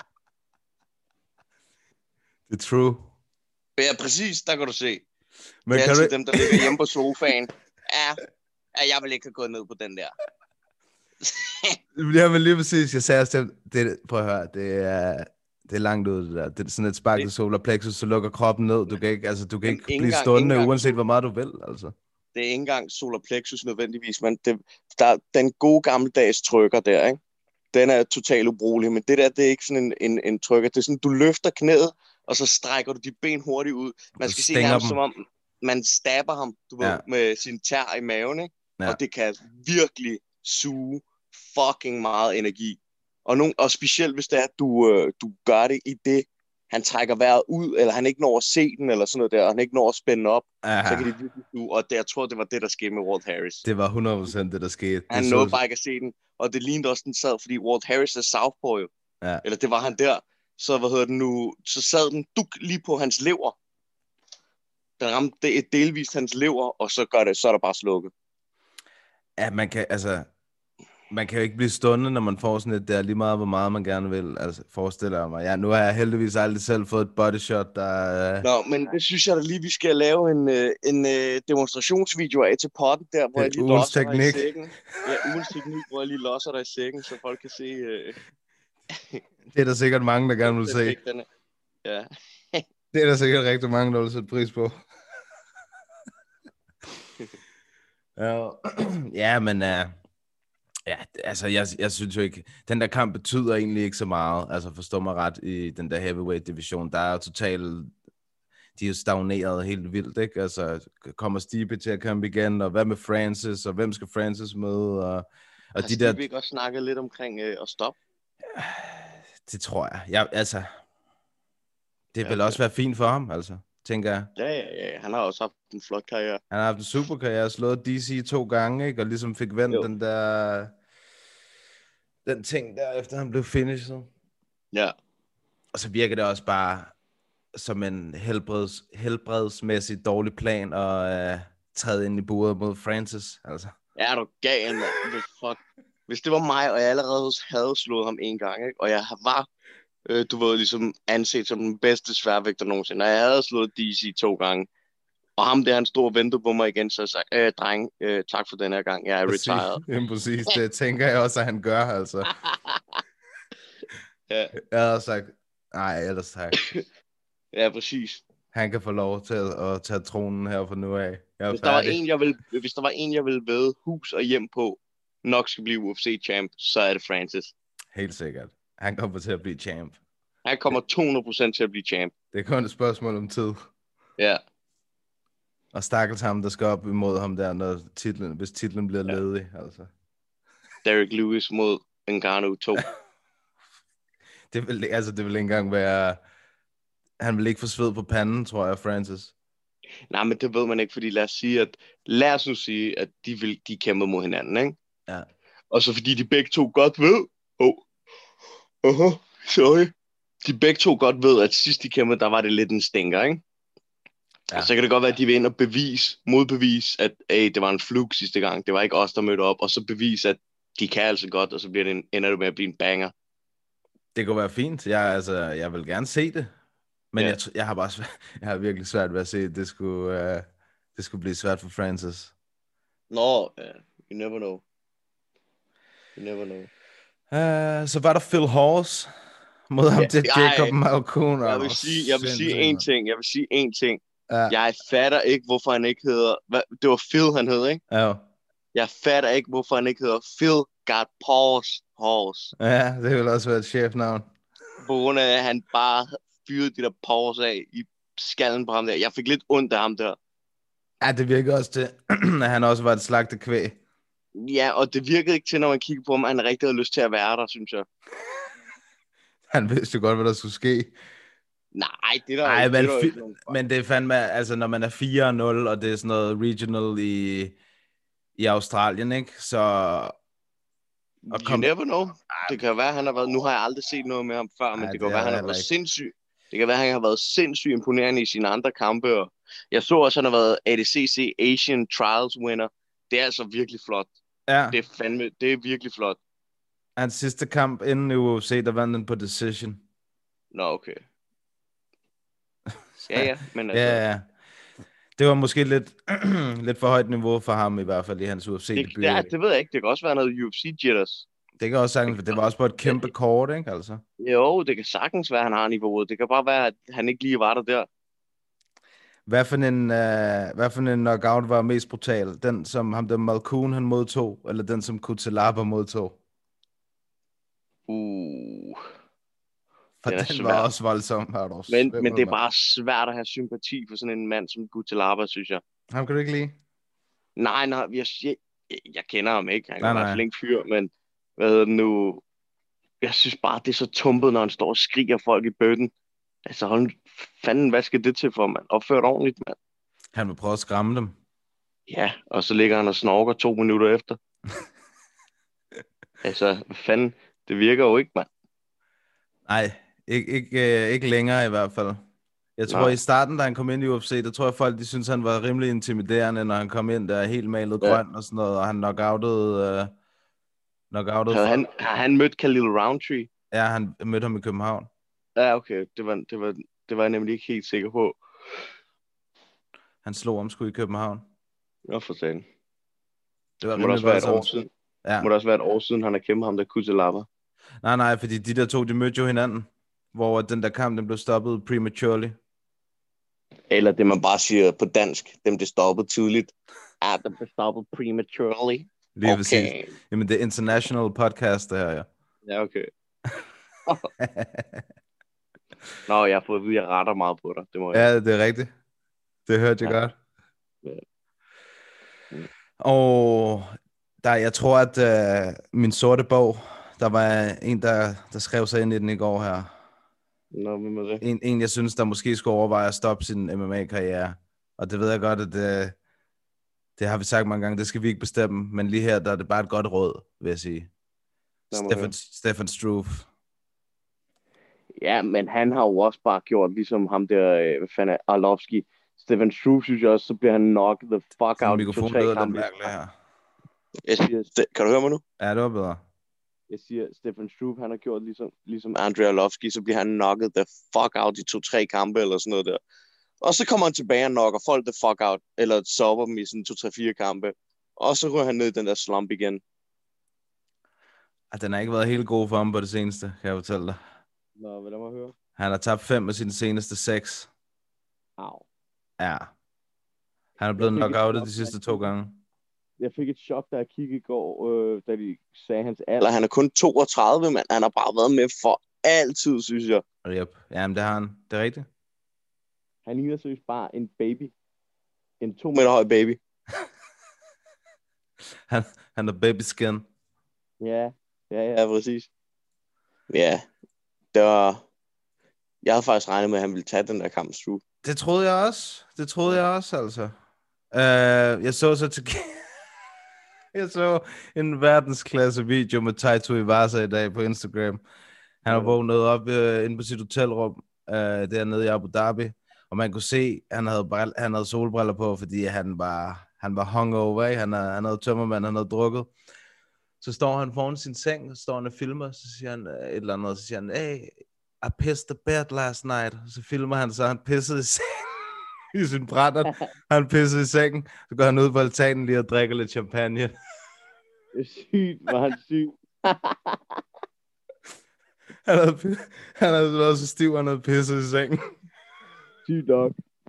[SPEAKER 6] Det er true.
[SPEAKER 5] Ja, præcis. Der kan du se.
[SPEAKER 6] Men
[SPEAKER 5] Det er
[SPEAKER 6] kan du,
[SPEAKER 5] altid
[SPEAKER 6] ikke-
[SPEAKER 5] dem, der ligger hjemme på sofaen. Ja, ja, jeg vil ikke have gået ned på den der.
[SPEAKER 6] Ja, men lige præcis. Jeg sagde også til ham, det, prøv at høre, det er, det er langt ud, det der. Det er sådan et spark i solar plexus, så lukker kroppen ned. Du kan ikke, altså, du kan
[SPEAKER 5] Men
[SPEAKER 6] ikke
[SPEAKER 5] ikke
[SPEAKER 6] blive
[SPEAKER 5] engang-
[SPEAKER 6] stående,
[SPEAKER 5] ikke engang-
[SPEAKER 6] uanset hvor meget du vil, altså.
[SPEAKER 5] Det er ikke engang solar plexus nødvendigvis, men det, der, den gode gammeldags trykker der, ikke? Den er totalt ubrugelig, men det der, det er ikke sådan en, en, en trykker. Det er sådan, du løfter knæet, og så strækker du dit ben hurtigt ud. Man
[SPEAKER 6] Du
[SPEAKER 5] skal se
[SPEAKER 6] stænger
[SPEAKER 5] ham,
[SPEAKER 6] dem.
[SPEAKER 5] som om man stabber ham, du ved,
[SPEAKER 6] Ja.
[SPEAKER 5] med sin tær i maven, ikke?
[SPEAKER 6] Ja.
[SPEAKER 5] Og det kan virkelig suge fucking meget energi. Og, nogen, og specielt hvis det er, at du, øh, du gør det i det, han trækker vejret ud, eller han ikke når at se den, eller sådan noget der, og han ikke når at spænde op,
[SPEAKER 6] Aha,
[SPEAKER 5] så kan det virkelig suge. Og det, jeg tror, det var det, der skete med Walt Harris.
[SPEAKER 6] det var hundrede procent det, der skete.
[SPEAKER 5] Han
[SPEAKER 6] Det
[SPEAKER 5] nåede
[SPEAKER 6] så-
[SPEAKER 5] bare ikke at se den, og det lignede også, den sad, fordi Walt Harris er southpaw jo.
[SPEAKER 6] Ja.
[SPEAKER 5] Eller det var han der. Så hvad hedder det nu? Så sad den duk lige på hans lever. Den ramte det delvist hans lever, og så gør det, så er der bare slukket.
[SPEAKER 6] Ja, man kan, altså, man kan jo ikke blive stående, når man får sådan et der, lige meget, hvor meget man gerne vil, altså, forestiller jeg mig. Ja, nu har jeg heldigvis aldrig selv fået et body shot, der...
[SPEAKER 5] Nå, men det synes jeg da lige, vi skal lave en, øh, en øh, demonstrationsvideo af til potten der, hvor
[SPEAKER 6] Det er
[SPEAKER 5] jeg lige
[SPEAKER 6] ugens
[SPEAKER 5] losser dig i
[SPEAKER 6] teknik.
[SPEAKER 5] sækken. Ja, ugens teknik, hvor jeg lige losser dig i sækken, så folk kan se... Øh,
[SPEAKER 6] Det er der sikkert mange, der gerne vil se.
[SPEAKER 5] effekterne. Ja.
[SPEAKER 6] Det er der sikkert rigtig mange, der vil sætte pris på. ja, ja, men uh, Ja, altså, jeg, jeg synes jo ikke, den der kamp betyder egentlig ikke så meget, altså forstå mig ret, i den der heavyweight-division, der er jo totalt, de er jo stagneret helt vildt, ikke? Altså, kommer Stipe til at komme igen, og hvad med Francis, og hvem skal Francis møde, og, og
[SPEAKER 5] Har
[SPEAKER 6] de
[SPEAKER 5] Stipe
[SPEAKER 6] der...
[SPEAKER 5] ikke også snakket lidt omkring øh, at stoppe?
[SPEAKER 6] Det tror jeg. jeg altså, det
[SPEAKER 5] Ja,
[SPEAKER 6] vil
[SPEAKER 5] okay.
[SPEAKER 6] også være fint for ham, altså, tænker jeg.
[SPEAKER 5] Ja, ja, ja. Han har også haft en flot karriere.
[SPEAKER 6] Han har haft en super karriere, slået D C to gange, ikke? Og ligesom fik vendt
[SPEAKER 5] Jo.
[SPEAKER 6] den der... Den ting der, efter han blev finished.
[SPEAKER 5] Ja.
[SPEAKER 6] Og så virker det også bare som en helbreds, helbredsmæssig dårlig plan at uh, træde ind i buret mod Francis, altså.
[SPEAKER 5] Ja, er du gal, mand. Det fuck. Hvis det var mig, og jeg allerede havde slået ham en gang, ikke? Og jeg var, øh, du ved, ligesom anset som den bedste sværvægter nogensinde, og jeg havde slået D C to gange, og ham der, han stod og ventede på mig igen, så jeg sagde, øh, dreng, øh, tak for den her gang, jeg er
[SPEAKER 6] Præcis.
[SPEAKER 5] retired.
[SPEAKER 6] Jamen, præcis, det tænker jeg også, at han gør, altså.
[SPEAKER 5] Ja.
[SPEAKER 6] Jeg havde sagt, nej, ellers tak.
[SPEAKER 5] Ja, præcis.
[SPEAKER 6] Han kan få lov til at, at tage tronen her fra nu af. Jeg er
[SPEAKER 5] Hvis der, var
[SPEAKER 6] færdig.
[SPEAKER 5] en, jeg ville, hvis der var en, jeg ville vædde hus og hjem på, nok skal blive U F C-champ, så er det Francis.
[SPEAKER 6] Helt sikkert. Han kommer til at blive champ.
[SPEAKER 5] Han kommer to hundrede procent til at blive champ.
[SPEAKER 6] Det er kun et spørgsmål om tid.
[SPEAKER 5] Ja.
[SPEAKER 6] Og stakkels ham, der skal op imod ham der, når titlen, hvis titlen bliver
[SPEAKER 5] Ja.
[SPEAKER 6] ledig. Altså.
[SPEAKER 5] Derek Lewis mod Ngannou to.
[SPEAKER 6] Det vil, altså, det vil ikke engang være... Han vil ikke få sved på panden, tror jeg, Francis.
[SPEAKER 5] Nej, men det ved man ikke, fordi lad os sige, at lad os nu sige, at de, vil, de kæmper mod hinanden, ikke?
[SPEAKER 6] Ja.
[SPEAKER 5] Og så fordi de begge to godt ved, oh, uh-huh, sorry, de begge to godt ved, at sidst de kæmpede, der var det lidt en stinker, ikke?
[SPEAKER 6] Ja.
[SPEAKER 5] Og så kan det godt være, at de vil ind og bevise, modbevise, at hey, det var en fluk sidste gang, det var ikke os, der mødte op, og så bevise, at de kan altså godt, og så bliver det en, ender det med at blive en banger.
[SPEAKER 6] Det kunne være fint. Jeg, altså, jeg vil gerne se det. Men
[SPEAKER 5] Ja.
[SPEAKER 6] jeg, tr- jeg har bare svæ- jeg har virkelig svært ved at se, at det skulle, uh, det skulle blive svært for Francis.
[SPEAKER 5] Nå, uh, you never know. You never know.
[SPEAKER 6] Uh, så var der Phil Horst mod ham
[SPEAKER 5] Ja,
[SPEAKER 6] til
[SPEAKER 5] ej.
[SPEAKER 6] Jacob Malkoun.
[SPEAKER 5] Jeg vil sige, jeg vil sige en ting, jeg vil sige en ting.
[SPEAKER 6] Ja.
[SPEAKER 5] Jeg fatter ikke, hvorfor han ikke hedder... Hvad? Det var Phil, han hed, ikke?
[SPEAKER 6] Ja.
[SPEAKER 5] Jeg fatter ikke, hvorfor han ikke hedder Phil Got Paws Horse.
[SPEAKER 6] Ja, det vil også være et chefnavn.
[SPEAKER 5] På grund af, at han bare fyrede de der paws af i skallen på ham der. Jeg fik lidt ondt af ham der.
[SPEAKER 6] Ja, det virker også til, at han også var et slagtekvæg.
[SPEAKER 5] Ja, og det virkede ikke til, når man kigger på ham, at han rigtig havde lyst til at være der, synes jeg.
[SPEAKER 6] Han vidste jo godt, hvad der skulle ske.
[SPEAKER 5] Nej, det er der
[SPEAKER 6] Nej,
[SPEAKER 5] jo-
[SPEAKER 6] men,
[SPEAKER 5] det er der jo
[SPEAKER 6] fi-
[SPEAKER 5] ikke nogen-
[SPEAKER 6] men det er fandme, altså når man er fire nul, og det er sådan noget regional i, i Australien, ikke? Så... Og
[SPEAKER 5] You
[SPEAKER 6] kom-
[SPEAKER 5] never know. Det kan være, han har været... Nu har jeg aldrig set noget med ham før, men
[SPEAKER 6] Ej,
[SPEAKER 5] det
[SPEAKER 6] det
[SPEAKER 5] kan
[SPEAKER 6] har
[SPEAKER 5] være, han
[SPEAKER 6] jeg
[SPEAKER 5] har været
[SPEAKER 6] heller
[SPEAKER 5] sindssyg. Det kan være, han har været sindssygt imponerende i sine andre kampe. Og jeg så også, at han har været A D C C Asian Trials winner. Det er altså virkelig flot.
[SPEAKER 6] Ja,
[SPEAKER 5] Det er fandme... Det er virkelig flot.
[SPEAKER 6] hans sidste kamp inden i U F C, der vandt den på decision.
[SPEAKER 5] Nå, okay. Ja, ja, men altså...
[SPEAKER 6] Ja, ja. Det var måske lidt, lidt for højt niveau for ham, i hvert fald i hans U F
[SPEAKER 5] Det,
[SPEAKER 6] C-debut.
[SPEAKER 5] det, er, det ved jeg ikke. Det kan også være noget U F C jitters.
[SPEAKER 6] Det kan også sagtens, for det var også på et kæmpe kort, ikke? Altså.
[SPEAKER 5] Jo, det kan sagtens være, at han har niveauet. Det kan bare være, at han ikke lige var der der.
[SPEAKER 6] Hvad for en, uh, hvad for en knockout var mest brutal? Den, som ham der Malkoun han modtog, eller den, som Kutelaba modtog?
[SPEAKER 5] Uh.
[SPEAKER 6] For
[SPEAKER 5] Den
[SPEAKER 6] den,
[SPEAKER 5] er
[SPEAKER 6] den
[SPEAKER 5] svær.
[SPEAKER 6] var også voldsom. Har du
[SPEAKER 5] Men,
[SPEAKER 6] svimmel,
[SPEAKER 5] men det er
[SPEAKER 6] mand.
[SPEAKER 5] bare svært at have sympati for sådan en mand som Kutelaba, synes jeg.
[SPEAKER 6] Ham kan du ikke lide?
[SPEAKER 5] Nej, nej, jeg, jeg, jeg kender ham ikke. Han
[SPEAKER 6] Nej,
[SPEAKER 5] er bare
[SPEAKER 6] nej.
[SPEAKER 5] flink fyr, men hvad hedder det nu? Jeg synes bare, det er så tumpet, når han står og skriger folk i bøtten. Altså, hold fanden, hvad skal det til for, mand? Opført ordentligt, mand.
[SPEAKER 6] Han vil prøve at skræmme dem.
[SPEAKER 5] Ja, og så ligger han og snorker to minutter efter. Altså, hvad fanden? Det virker jo ikke, mand.
[SPEAKER 6] Nej, ikke, ikke, øh, ikke længere i hvert fald. Jeg tror
[SPEAKER 5] Nej.
[SPEAKER 6] i starten, da han kom ind i U F C, der tror jeg folk, de synes han var rimelig intimiderende, når han kom ind der helt malet
[SPEAKER 5] Ja.
[SPEAKER 6] grøn og sådan noget, og han knockoutede... Øh, knockoutede
[SPEAKER 5] Havde
[SPEAKER 6] folk.
[SPEAKER 5] han, har han mødt Khalil Roundtree?
[SPEAKER 6] Ja, han mødte ham i København.
[SPEAKER 5] Ja, okay. Det var, det, var, det var jeg nemlig ikke helt sikker på.
[SPEAKER 6] Han slog om sgu i København.
[SPEAKER 5] Nå, for sagen.
[SPEAKER 6] Det var
[SPEAKER 5] Må det også være et år
[SPEAKER 6] voldsomt.
[SPEAKER 5] siden?
[SPEAKER 6] Ja.
[SPEAKER 5] Må det også være et år siden, han har kæmpet ham, der Kutelaba?
[SPEAKER 6] Nej, nej, fordi de der to, de mødte jo hinanden, hvor den der kamp, den blev stoppet prematurely.
[SPEAKER 5] Eller det, man bare siger på dansk, dem det stoppet tidligt. Ja, dem blev stoppet prematurely.
[SPEAKER 6] Lige
[SPEAKER 5] Okay.
[SPEAKER 6] præcis. Jamen, det er international podcast, det her, ja.
[SPEAKER 5] Ja, okay. Nå, jeg har fået at vide, at jeg retter meget på dig. Det må jeg.
[SPEAKER 6] Ja, det er rigtigt. Det hørte jeg
[SPEAKER 5] Ja.
[SPEAKER 6] godt.
[SPEAKER 5] Ja. Mm.
[SPEAKER 6] Og der, jeg tror, at uh, min sorte bog, der var en, der, der skrev sig ind i den i går her.
[SPEAKER 5] Nå, hvem er det?
[SPEAKER 6] En, en, jeg synes, der måske skulle overveje at stoppe sin M M A-karriere. Og det ved jeg godt, at det, det har vi sagt mange gange, det skal vi ikke bestemme. Men lige her, der er det bare et godt råd, vil jeg sige.
[SPEAKER 5] Lad mig
[SPEAKER 6] Stefan,
[SPEAKER 5] høre.
[SPEAKER 6] Stefan Struve.
[SPEAKER 5] Ja, men han har jo også bare gjort, ligesom ham der, øh, hvad fanden er, Arlovski. Stefan Struve, synes jeg også, så bliver han knocked the fuck
[SPEAKER 6] Din
[SPEAKER 5] out.
[SPEAKER 6] mikrofon
[SPEAKER 5] to-tre
[SPEAKER 6] lyder lidt
[SPEAKER 5] kampe.
[SPEAKER 6] mærkeligt her.
[SPEAKER 5] Jeg siger, Ste- kan du høre mig nu?
[SPEAKER 6] Ja, det var bedre.
[SPEAKER 5] Jeg siger, Stefan Struve, han har gjort ligesom, ligesom Andrei Arlovski, så bliver han knocked the fuck out i to-tre kampe, eller sådan noget der. Og så kommer han tilbage og knocker folk the fuck out, eller sopper dem i sådan to-tre-fire kampe. Og så ryger han ned i den der slump igen.
[SPEAKER 6] Ah, den har ikke været helt god for ham på det seneste, kan jeg fortælle dig.
[SPEAKER 5] Nå, hvad der må høre?
[SPEAKER 6] Han har tabt fem af sine seneste seks.
[SPEAKER 5] Au.
[SPEAKER 6] Ja. Han er blevet
[SPEAKER 5] Jeg fik et
[SPEAKER 6] knockoutet
[SPEAKER 5] chok,
[SPEAKER 6] de sidste
[SPEAKER 5] da jeg
[SPEAKER 6] to
[SPEAKER 5] kiggede.
[SPEAKER 6] gange.
[SPEAKER 5] Jeg fik et chok, da jeg kiggede i går, øh, da de sagde hans alder. Han er kun toogtredive, men han har bare været med for altid, synes jeg.
[SPEAKER 6] Yep. Jamen, det har han. Det er rigtigt.
[SPEAKER 5] Han ligner seriøst bare en baby. En to meter høj baby.
[SPEAKER 6] Han, han er baby skin.
[SPEAKER 5] Ja, ja, ja, præcis. Ja, det var... Jeg havde faktisk regnet med, at han ville tage den der kamp, Struve.
[SPEAKER 6] Det troede jeg også. Det troede jeg også, altså. Uh, jeg så så til... jeg så en verdensklasse video med Taito Iwasa i dag på Instagram. Han var vågnet op uh, inde på sit hotelrum uh, dernede i Abu Dhabi, og man kunne se, at han havde, brill- han havde solbriller på, fordi han var, han var hungover, ikke? Han, havde, han havde tømmermand, han havde drukket. Så står han foran sin seng, så står han og filmer, så siger han uh, et eller andet, så siger han, hey, I pissed the bed last night. Så filmer han, så han pissede i sengen. I sin brændert. Han pissede i sengen. Så går han ud på altanen lige og drikker lidt champagne.
[SPEAKER 5] Det er sygt, var han syg.
[SPEAKER 6] han, havde, han havde været så stiv, han havde pisset i sengen.
[SPEAKER 5] Sygt nok.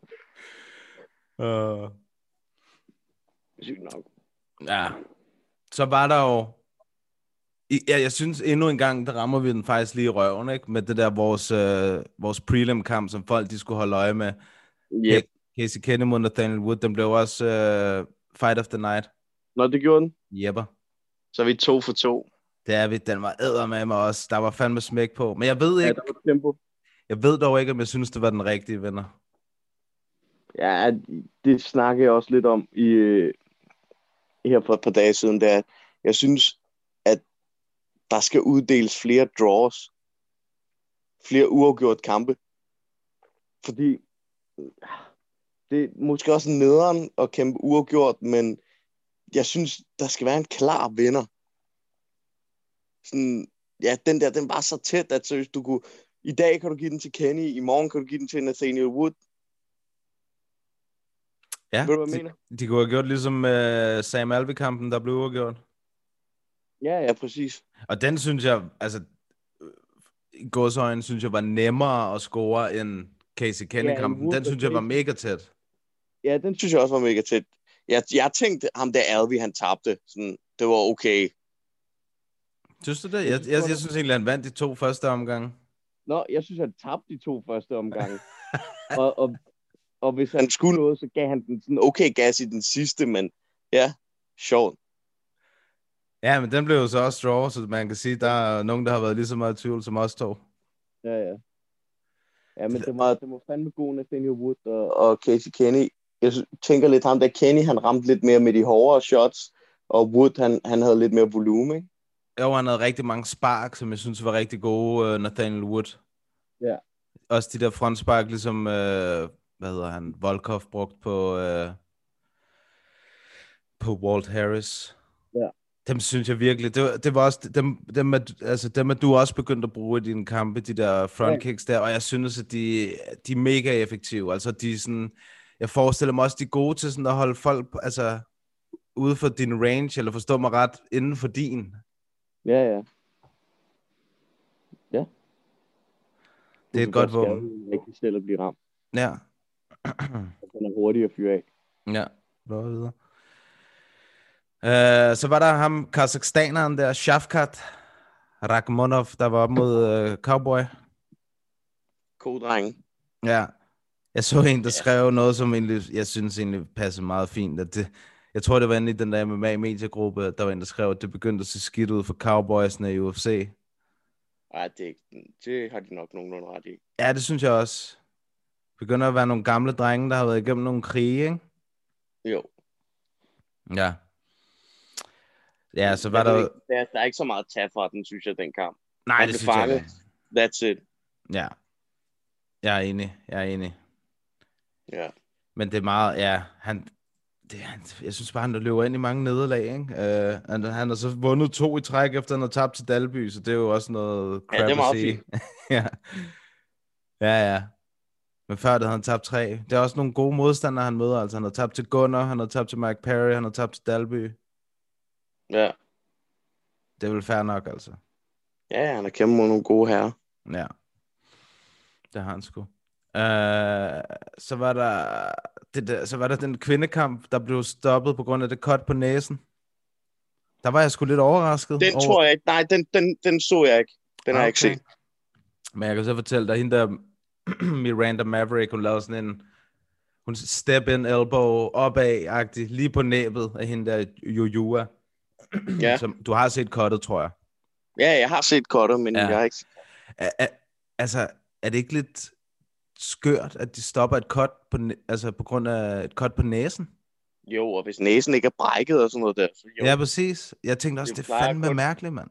[SPEAKER 6] Uh,
[SPEAKER 5] Sygt nok.
[SPEAKER 6] ja. Så var der jo... Ja, jeg synes endnu en gang, der rammer vi den faktisk lige i røven, ikke? Med det der vores, øh, vores prelim-kamp, som folk de skulle holde øje med.
[SPEAKER 5] Yep.
[SPEAKER 6] Casey Kenny mod Nathaniel Wood, den blev også øh, fight of the night.
[SPEAKER 5] Nå, det gjorde den.
[SPEAKER 6] Jepper.
[SPEAKER 5] Så er vi to for to.
[SPEAKER 6] Det er vi. Den var eddermame med os. Der var fandme smæk på. Men jeg ved
[SPEAKER 5] Ja,
[SPEAKER 6] ikke...
[SPEAKER 5] der var tempo.
[SPEAKER 6] Jeg ved dog ikke, om jeg synes, det var den rigtige vinder.
[SPEAKER 5] Ja, det snakker jeg også lidt om i, her for et par dage siden. Der. Jeg synes, at der skal uddeles flere draws. Flere uafgjort kampe. Fordi det er måske også nederen at kæmpe uafgjort, men jeg synes, der skal være en klar vinder. Sådan, ja, den der, den var så tæt, at seriøst, du kunne, i dag kan du give den til Kenny, i morgen kan du give den til Nathaniel Wood.
[SPEAKER 6] Ja,
[SPEAKER 5] Ved du, hvad jeg
[SPEAKER 6] de,
[SPEAKER 5] mener?
[SPEAKER 6] de kunne have gjort ligesom uh, Sam Alvey-kampen, der blev uafgjort.
[SPEAKER 5] Ja, ja, præcis.
[SPEAKER 6] Og den synes jeg, altså, i godsøjne, synes jeg var nemmere at score end Casey Kenny-kampen.
[SPEAKER 5] Wood
[SPEAKER 6] Den
[SPEAKER 5] og
[SPEAKER 6] synes jeg var
[SPEAKER 5] Casey.
[SPEAKER 6] mega tæt.
[SPEAKER 5] Ja, den synes jeg også var mega tæt. Jeg, jeg tænkte, ham der Alvey, han tabte. Sådan, det var okay.
[SPEAKER 6] Synes du det? Jeg, jeg, jeg synes egentlig, han vandt de to første omgange.
[SPEAKER 5] Nå, jeg synes, han tabte de to første omgange. og, og, og hvis han skulle noget, så gav han den sådan okay gas i den sidste, men ja, sjovt.
[SPEAKER 6] Ja, men den blev jo så også draw, så man kan sige, der er nogen, der har været lige så meget i tvivl som os to.
[SPEAKER 5] Ja, ja. Ja, men det var, det var fandme god, Nathaniel Wood og, og Casey Kenny. Jeg synes- tænker lidt ham der Kenny, han ramte lidt mere med de hårdere shots, og Wood, han, han havde lidt mere volumen, ikke?
[SPEAKER 6] Jo, han havde rigtig mange spark, som jeg synes var rigtig gode, uh, Nathaniel Wood.
[SPEAKER 5] Ja.
[SPEAKER 6] Også de der frontspark, ligesom, uh, hvad hedder han, Volkov brugt på, uh, på Walt Harris.
[SPEAKER 5] Ja.
[SPEAKER 6] Dem synes jeg virkelig, det var, det var også, dem, dem, er, altså, dem er du også begyndt at bruge i dine kampe, de der frontkicks der, og jeg synes, at de, de er mega effektive. Altså, de er sådan, jeg forestiller mig også, de er gode til sådan at holde folk, altså, ude for din range, eller forstå mig ret, inden for din.
[SPEAKER 5] Ja, ja. Ja.
[SPEAKER 6] Det er et godt våben.
[SPEAKER 5] Rigtig selv at blive ramt.
[SPEAKER 6] Ja.
[SPEAKER 5] Den er hurtig at fyre af.
[SPEAKER 6] Ja, hvad videre. Uh, så var der ham, kazakhstaneren der, Shavkat Rakhmonov, der var op mod uh, Cowboy.
[SPEAKER 5] God dreng.
[SPEAKER 6] Ja. Jeg så en, der skrev noget, som egentlig, jeg synes egentlig passede meget fint. At det, jeg tror, det var inde i den der M M A-mediegruppe, der var en, der skrev, at det begyndte at se skidt ud for Cowboysene i U F C.
[SPEAKER 5] Ej, det, det har de nok nogenlunde ret i.
[SPEAKER 6] Ja, det synes jeg også. Begynder at være nogle gamle drenge, der har været igennem nogle krige, ikke?
[SPEAKER 5] Jo.
[SPEAKER 6] Ja. Ja, så var
[SPEAKER 5] jeg
[SPEAKER 6] der...
[SPEAKER 5] Ikke, der... Der er ikke så meget at tage fra den, synes jeg, den kamp.
[SPEAKER 6] Nej,
[SPEAKER 5] han
[SPEAKER 6] det synes fanget.
[SPEAKER 5] jeg ikke. That's it.
[SPEAKER 6] Ja. Jeg er enig. Jeg er enig.
[SPEAKER 5] Ja.
[SPEAKER 6] Men det er meget... Ja, han... Det, han jeg synes bare, han løber ind i mange nederlag, ikke? Uh, han, han har så vundet to i træk, efter han har tabt til Dalby, så det er jo også noget crap
[SPEAKER 5] ja, det er meget
[SPEAKER 6] at sige.
[SPEAKER 5] fint.
[SPEAKER 6] ja. Ja, ja. Men før det havde han tabt tre. Det er også nogle gode modstandere, han møder. Altså, han har tabt til Gunnar, han har tabt til Mike Perry, han har tabt til Dalby.
[SPEAKER 5] Ja.
[SPEAKER 6] Det er vel fair nok, altså.
[SPEAKER 5] Ja, han har kæmpet mod nogle gode herrer.
[SPEAKER 6] Ja. Det har han sgu. Uh, så var der det der, så var der den kvindekamp, der blev stoppet på grund af det cut på næsen. Der var jeg sgu lidt overrasket.
[SPEAKER 5] Den
[SPEAKER 6] over...
[SPEAKER 5] tror jeg ikke. Nej, den, den, den så jeg ikke. Den okay. har jeg ikke set.
[SPEAKER 6] Men jeg kan så fortælle dig, hende der Miranda Maverick, hun lavede sådan en hun step in elbow opad-agtig, lige på næbet af hende der Jujua.
[SPEAKER 5] Ja.
[SPEAKER 6] Som, du har set cuttet, tror jeg.
[SPEAKER 5] Ja, jeg har set cuttet, men ja. jeg har ikke set.
[SPEAKER 6] A- a- altså, er det ikke lidt skørt, at de stopper et cut på, altså på grund af et cut på næsen?
[SPEAKER 5] Jo, og hvis næsen ikke er brækket og sådan noget der, så jo.
[SPEAKER 6] Ja, præcis. Jeg tænkte også, det, det er fandme kun... mærkeligt, mand.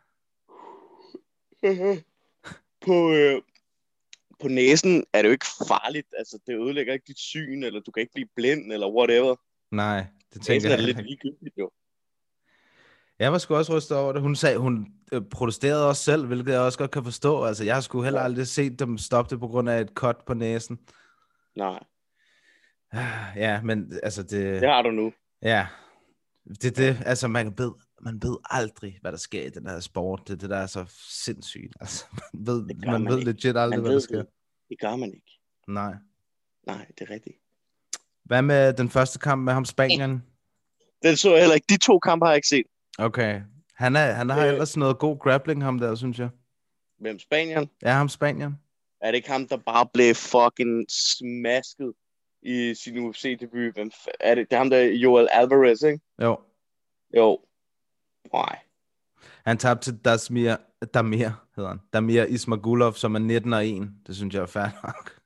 [SPEAKER 5] på, øh, på næsen er det jo ikke farligt. Altså, det ødelægger ikke dit syn, eller du kan ikke blive blind, eller whatever.
[SPEAKER 6] Nej, det tænker
[SPEAKER 5] næsen
[SPEAKER 6] jeg.
[SPEAKER 5] Næsen er lidt ligegyldigt, jo.
[SPEAKER 6] Jeg var sgu også rystet over det. Hun sagde, hun øh, protesterede også selv, hvilket jeg også godt kan forstå. Altså, jeg har sgu heller aldrig set dem stoppe det på grund af et cut på næsen.
[SPEAKER 5] Nej.
[SPEAKER 6] Ja, men altså det...
[SPEAKER 5] Det har du nu.
[SPEAKER 6] Ja. Det det, altså man ved, man ved aldrig, hvad der sker i den her sport. Det det, der er så sindssygt. Altså, man ved, man
[SPEAKER 5] man
[SPEAKER 6] ved
[SPEAKER 5] ikke.
[SPEAKER 6] legit aldrig,
[SPEAKER 5] man
[SPEAKER 6] hvad der sker.
[SPEAKER 5] Det. det gør man ikke.
[SPEAKER 6] Nej.
[SPEAKER 5] Nej, det er rigtigt.
[SPEAKER 6] Hvad med den første kamp med ham, Spanien?
[SPEAKER 5] Den så jeg heller ikke. De to kampe har jeg ikke set.
[SPEAKER 6] Okay. Han, er, han har
[SPEAKER 5] øh,
[SPEAKER 6] ellers noget god grappling, ham der, synes jeg.
[SPEAKER 5] Hvem, Spanien?
[SPEAKER 6] Ja, ham Spanien.
[SPEAKER 5] Er det ikke ham, der bare blev fucking smasket i sin U F C-debut? Hvem f- er det? Det er ham, der er Joel Alvarez, ikke?
[SPEAKER 6] Jo.
[SPEAKER 5] Jo. Nej.
[SPEAKER 6] Han tabte til Dasmir, Damir, hedder han. Damir Ismagulov, som er nitten og en. Det synes jeg er fair nok.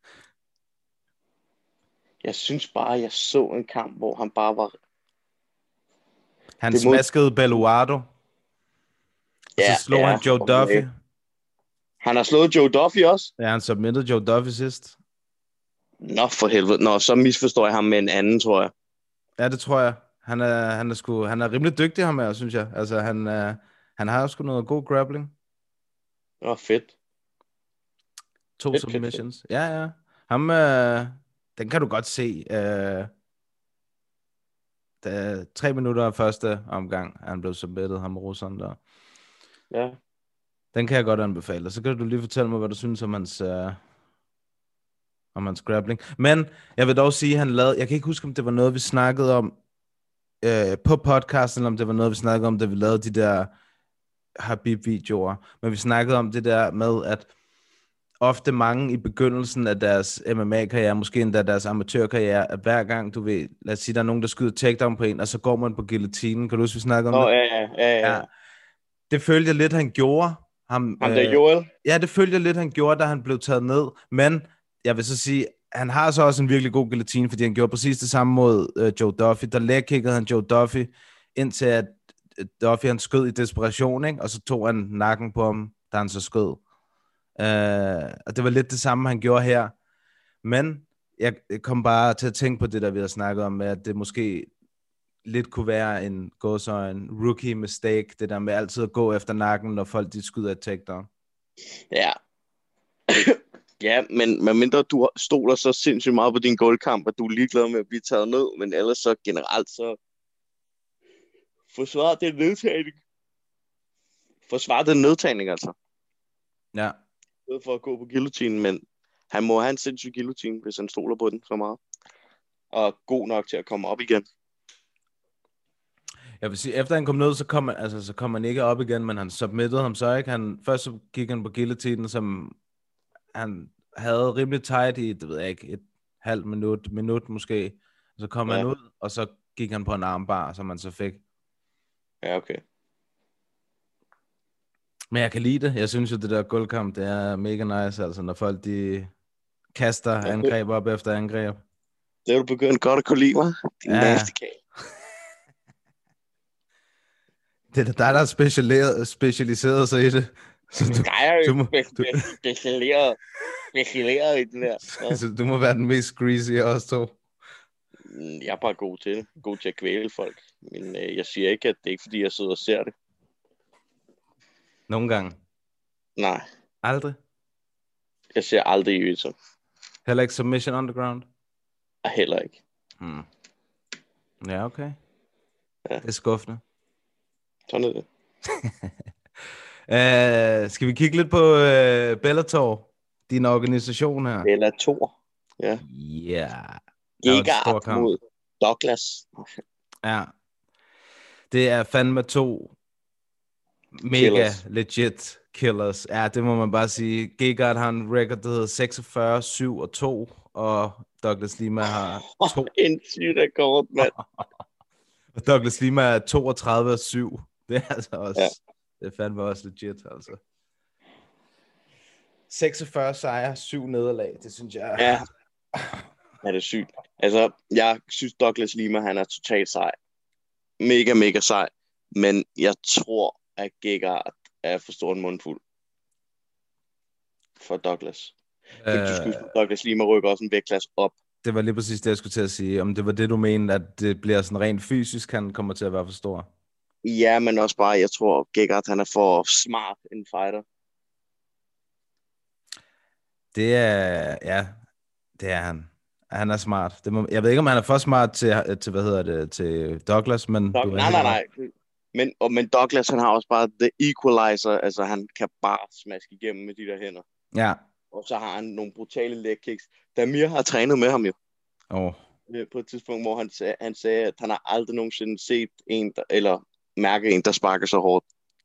[SPEAKER 5] Jeg synes bare, jeg så en kamp, hvor han bare var...
[SPEAKER 6] Han
[SPEAKER 5] mod...
[SPEAKER 6] smaskede Beluardo. Og
[SPEAKER 5] ja,
[SPEAKER 6] så slog
[SPEAKER 5] ja,
[SPEAKER 6] han Joe Duffy.
[SPEAKER 5] Han har slået Joe Duffy også?
[SPEAKER 6] Ja, han submittede Joe Duffy sidst.
[SPEAKER 5] Nå, for helvede. Nå, så misforstår jeg ham med en anden, tror jeg.
[SPEAKER 6] Ja, det tror jeg. Han er, han er, sgu, han er rimelig dygtig, ham her, synes jeg. Altså, han, uh, han har sgu noget god grappling.
[SPEAKER 5] Nå, fedt.
[SPEAKER 6] To
[SPEAKER 5] fedt,
[SPEAKER 6] submissions.
[SPEAKER 5] Fedt, fedt.
[SPEAKER 6] Ja, ja. Ham, uh, den kan du godt se. Uh, da, tre minutter af første omgang, han blev submittet, ham russeren der.
[SPEAKER 5] Ja.
[SPEAKER 6] Den kan jeg godt anbefale. Og så kan du lige fortælle mig, hvad du synes om hans, uh, om hans grappling. Men jeg vil dog sige, at han lavede... Jeg kan ikke huske, om det var noget, vi snakkede om uh, på podcasten, eller om det var noget, vi snakkede om, da vi lavede de der Habib-videoer. Men vi snakkede om det der med, at ofte mange i begyndelsen af deres M M A-karriere, måske endda deres amatørkarriere, at hver gang, du ved, lad os sige, der er nogen, der skyder takedown på en, og så går man på guillotinen. Kan du huske, vi snakkede om
[SPEAKER 5] Nå,
[SPEAKER 6] det?
[SPEAKER 5] ja, ja, ja, ja.
[SPEAKER 6] Det følte jeg lidt, han gjorde. Ham,
[SPEAKER 5] Ham der øh, Joel?
[SPEAKER 6] Ja, det følte jeg lidt, han gjorde, da han blev taget ned. Men jeg vil så sige, han har så også en virkelig god guillotine, fordi han gjorde præcis det samme mod øh, Joe Duffy. Der legkickede han Joe Duffy, indtil at øh, Duffy han skød i desperation, ikke? Og så tog han nakken på ham, da han så skød. Øh, og det var lidt det samme, han gjorde her. Men jeg kom bare til at tænke på det, der vi har snakket om, med at det måske lidt kunne være en gåsøjne rookie mistake, det der med altid at gå efter nakken, når folk de skyder et takedown.
[SPEAKER 5] Ja. Ja, men medmindre du stoler så sindssygt meget på din goldkamp, at du er ligeglad med at blive taget ned, men ellers så generelt så forsvar det nedtagning. Forsvar det nedtagning, altså.
[SPEAKER 6] Ja.
[SPEAKER 5] For at gå på guillotinen, men han må have en sindssyg guillotine, hvis han stoler på den så meget. Og god nok til at komme op igen.
[SPEAKER 6] Jeg vil sige, efter han kom ned, så kom, han, altså, så kom han ikke op igen, men han submittede ham så ikke. Han, først så gik han på guillotinen, som han havde rimelig tight i, det ved jeg ikke, et halvt minut, minut måske. Så kom ja. han ud, og så gik han på en armbar, som han så fik.
[SPEAKER 5] Ja, okay.
[SPEAKER 6] Men jeg kan lide det. Jeg synes jo, det der guldkamp, det er mega nice, altså, når folk de kaster ja, angreb op efter angreb.
[SPEAKER 5] Det er du begyndt godt at kunne lide, hva'? Din ja. nasty kage.
[SPEAKER 6] Det er dig, der er specialiseret, specialiseret sig i det.
[SPEAKER 5] Så du, jeg er jo du, specialiseret, specialiseret i den der. Ja.
[SPEAKER 6] Så du må være den mest greasy af os to.
[SPEAKER 5] Jeg er bare god til det. God til at kvæle folk. Men øh, jeg siger ikke, at det er ikke fordi, jeg sidder og ser det.
[SPEAKER 6] Nogle gange?
[SPEAKER 5] Nej.
[SPEAKER 6] Aldrig?
[SPEAKER 5] Jeg ser aldrig i YouTube.
[SPEAKER 6] Heller ikke Submission Underground?
[SPEAKER 5] Jeg heller ikke.
[SPEAKER 6] Hmm. Ja, okay.
[SPEAKER 5] Ja.
[SPEAKER 6] Det er skuffende.
[SPEAKER 5] Sådan er det.
[SPEAKER 6] uh, skal vi kigge lidt på uh, Bellator, din organisation her?
[SPEAKER 5] Bellator, ja.
[SPEAKER 6] Ja.
[SPEAKER 5] Gegard mod Douglas.
[SPEAKER 6] Ja. Det er fandme to mega killers. Legit killers. Ja, det må man bare sige. Gegard har en record, der hedder seksogfyrre, syv og to, og Douglas Lima har to.
[SPEAKER 5] En syg rekord, mand.
[SPEAKER 6] Og Douglas Lima er toogtredive og syv. Det er altså også, ja. Det er fandme også legit, altså. seksogfyrre sejre, syv nederlag, det synes jeg.
[SPEAKER 5] Ja, ja det er sygt. Altså, jeg synes Douglas Lima, han er totalt sej. Mega, mega sej. Men jeg tror, at Gegard er for stor en mundfuld for Douglas. Øh... Du skulle, Douglas Lima rykker også en vægtklasse op.
[SPEAKER 6] Det var lige præcis det, jeg skulle til at sige. Om det var det, du mente, at det bliver sådan rent fysisk, han kommer til at være for stor.
[SPEAKER 5] Ja, men også bare, jeg tror, Gegard, han er for smart en fighter.
[SPEAKER 6] Det er, ja, det er han. Han er smart. Det må, jeg ved ikke, om han er for smart til, til hvad hedder det, til Douglas, men...
[SPEAKER 5] Doug, nej, nej, nej. Men, og, men Douglas, han har også bare the equalizer, altså han kan bare smaske igennem med de der hænder.
[SPEAKER 6] Ja.
[SPEAKER 5] Og så har han nogle brutale leg kicks. Damir har trænet med ham jo.
[SPEAKER 6] Oh.
[SPEAKER 5] På et tidspunkt, hvor han, sag, han sagde, at han har aldrig nogensinde set en, der, eller mærket en, der sparker så hårdt.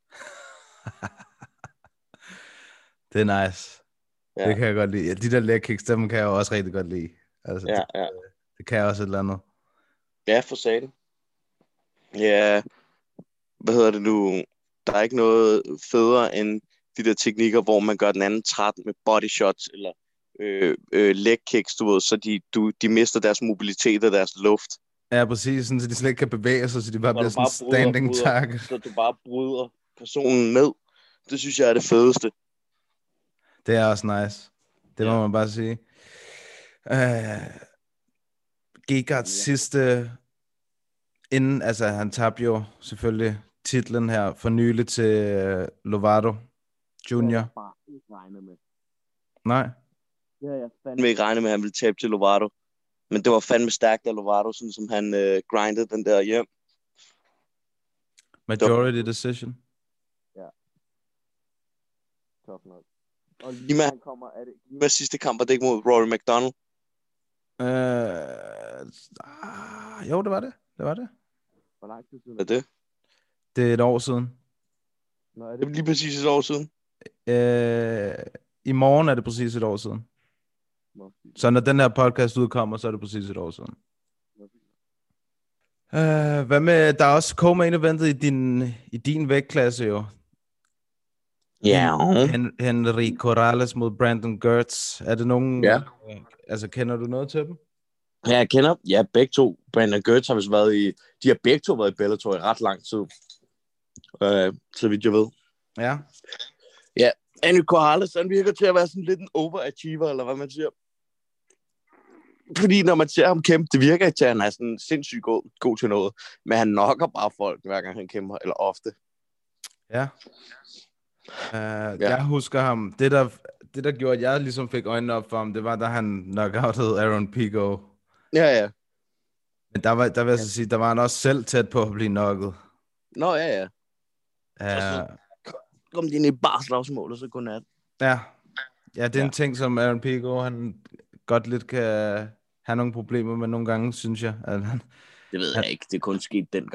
[SPEAKER 6] Det er nice. Ja. Det kan jeg godt lide. De der leg kicks, dem kan jeg også rigtig godt lide. Altså,
[SPEAKER 5] ja,
[SPEAKER 6] det,
[SPEAKER 5] ja.
[SPEAKER 6] det kan jeg også et eller andet.
[SPEAKER 5] Ja, for satan. Ja, hvad hedder det nu? Der er ikke noget federe end de der teknikker, hvor man gør den anden træt med body shots eller øh, øh, leg kicks, du ved, så de, du, de mister deres mobilitet og deres luft.
[SPEAKER 6] Ja, præcis, sådan, så de slet ikke kan bevæge sig, så de bare så bliver sådan bare bryder, standing bryder, target.
[SPEAKER 5] Så du bare bryder personen ned. Det synes jeg er det fedeste.
[SPEAKER 6] Det er også nice. Det må ja. man bare sige. Uh, Gegards ja. sidste, inden, altså han tabte jo selvfølgelig titlen her for nylig til uh, Lovato junior. Det har jeg bare ikke regnet med. Nej.
[SPEAKER 5] Det har jeg fandme ikke regnet med, at han ville tabe til Lovato. Men det var fandme stærkt af Lovato, sådan som han uh, grindede den der hjem.
[SPEAKER 6] Majority Top. Decision.
[SPEAKER 5] Ja. Top nok. Og Lima, han kommer, er det Limas sidste kamp, er det ikke mod Rory McDonald?
[SPEAKER 6] Uh, ah, jo, det var det. Det var det.
[SPEAKER 5] Hvor lang tid siden er det?
[SPEAKER 6] Det er et år siden.
[SPEAKER 5] Nå, er det lige præcis et år siden?
[SPEAKER 6] Uh, I morgen er det præcis et år siden. Så når den her podcast udkommer, så er det præcis et år siden. Uh, hvad med, der er også co-main eventet i din, i din vægtklasse jo.
[SPEAKER 5] Ja. Yeah.
[SPEAKER 6] Hen, Henry Corrales mod Brandon Gertz. Er det nogen...
[SPEAKER 5] Ja.
[SPEAKER 6] Yeah. Altså, kender du noget til dem?
[SPEAKER 5] Ja, jeg kender. Ja, begge to. Brandon Gertz har vist været i... De har begge to været i Bellator i ret lang tid. Uh, så vidt jeg ved.
[SPEAKER 6] Ja.
[SPEAKER 5] Ja, Henry Corrales, han virker til at være sådan lidt en overachiever, eller hvad man siger. Fordi når man ser ham kæmpe, det virker ikke til, at han er sådan sindssygt god, god til noget. Men han knocker bare folk, hver gang han kæmper, eller ofte.
[SPEAKER 6] Ja. Uh, ja. Jeg husker ham. Det der, det, der gjorde, at jeg ligesom fik øjnene op for ham, det var, da han knockoutede Aaron Pico.
[SPEAKER 5] Ja, ja.
[SPEAKER 6] Men der, var, der vil jeg så sige, der var han også selv tæt på at blive knocket.
[SPEAKER 5] Nå, ja, ja.
[SPEAKER 6] Uh,
[SPEAKER 5] så kom de ind i barslagsmålet, så godnat.
[SPEAKER 6] Ja. Ja, det er
[SPEAKER 5] ja.
[SPEAKER 6] en ting, som Aaron Pico, han godt lidt kan have nogle problemer med nogle gange, synes jeg. At han,
[SPEAKER 5] det ved
[SPEAKER 6] han,
[SPEAKER 5] jeg ikke. Det er kun sket den gang.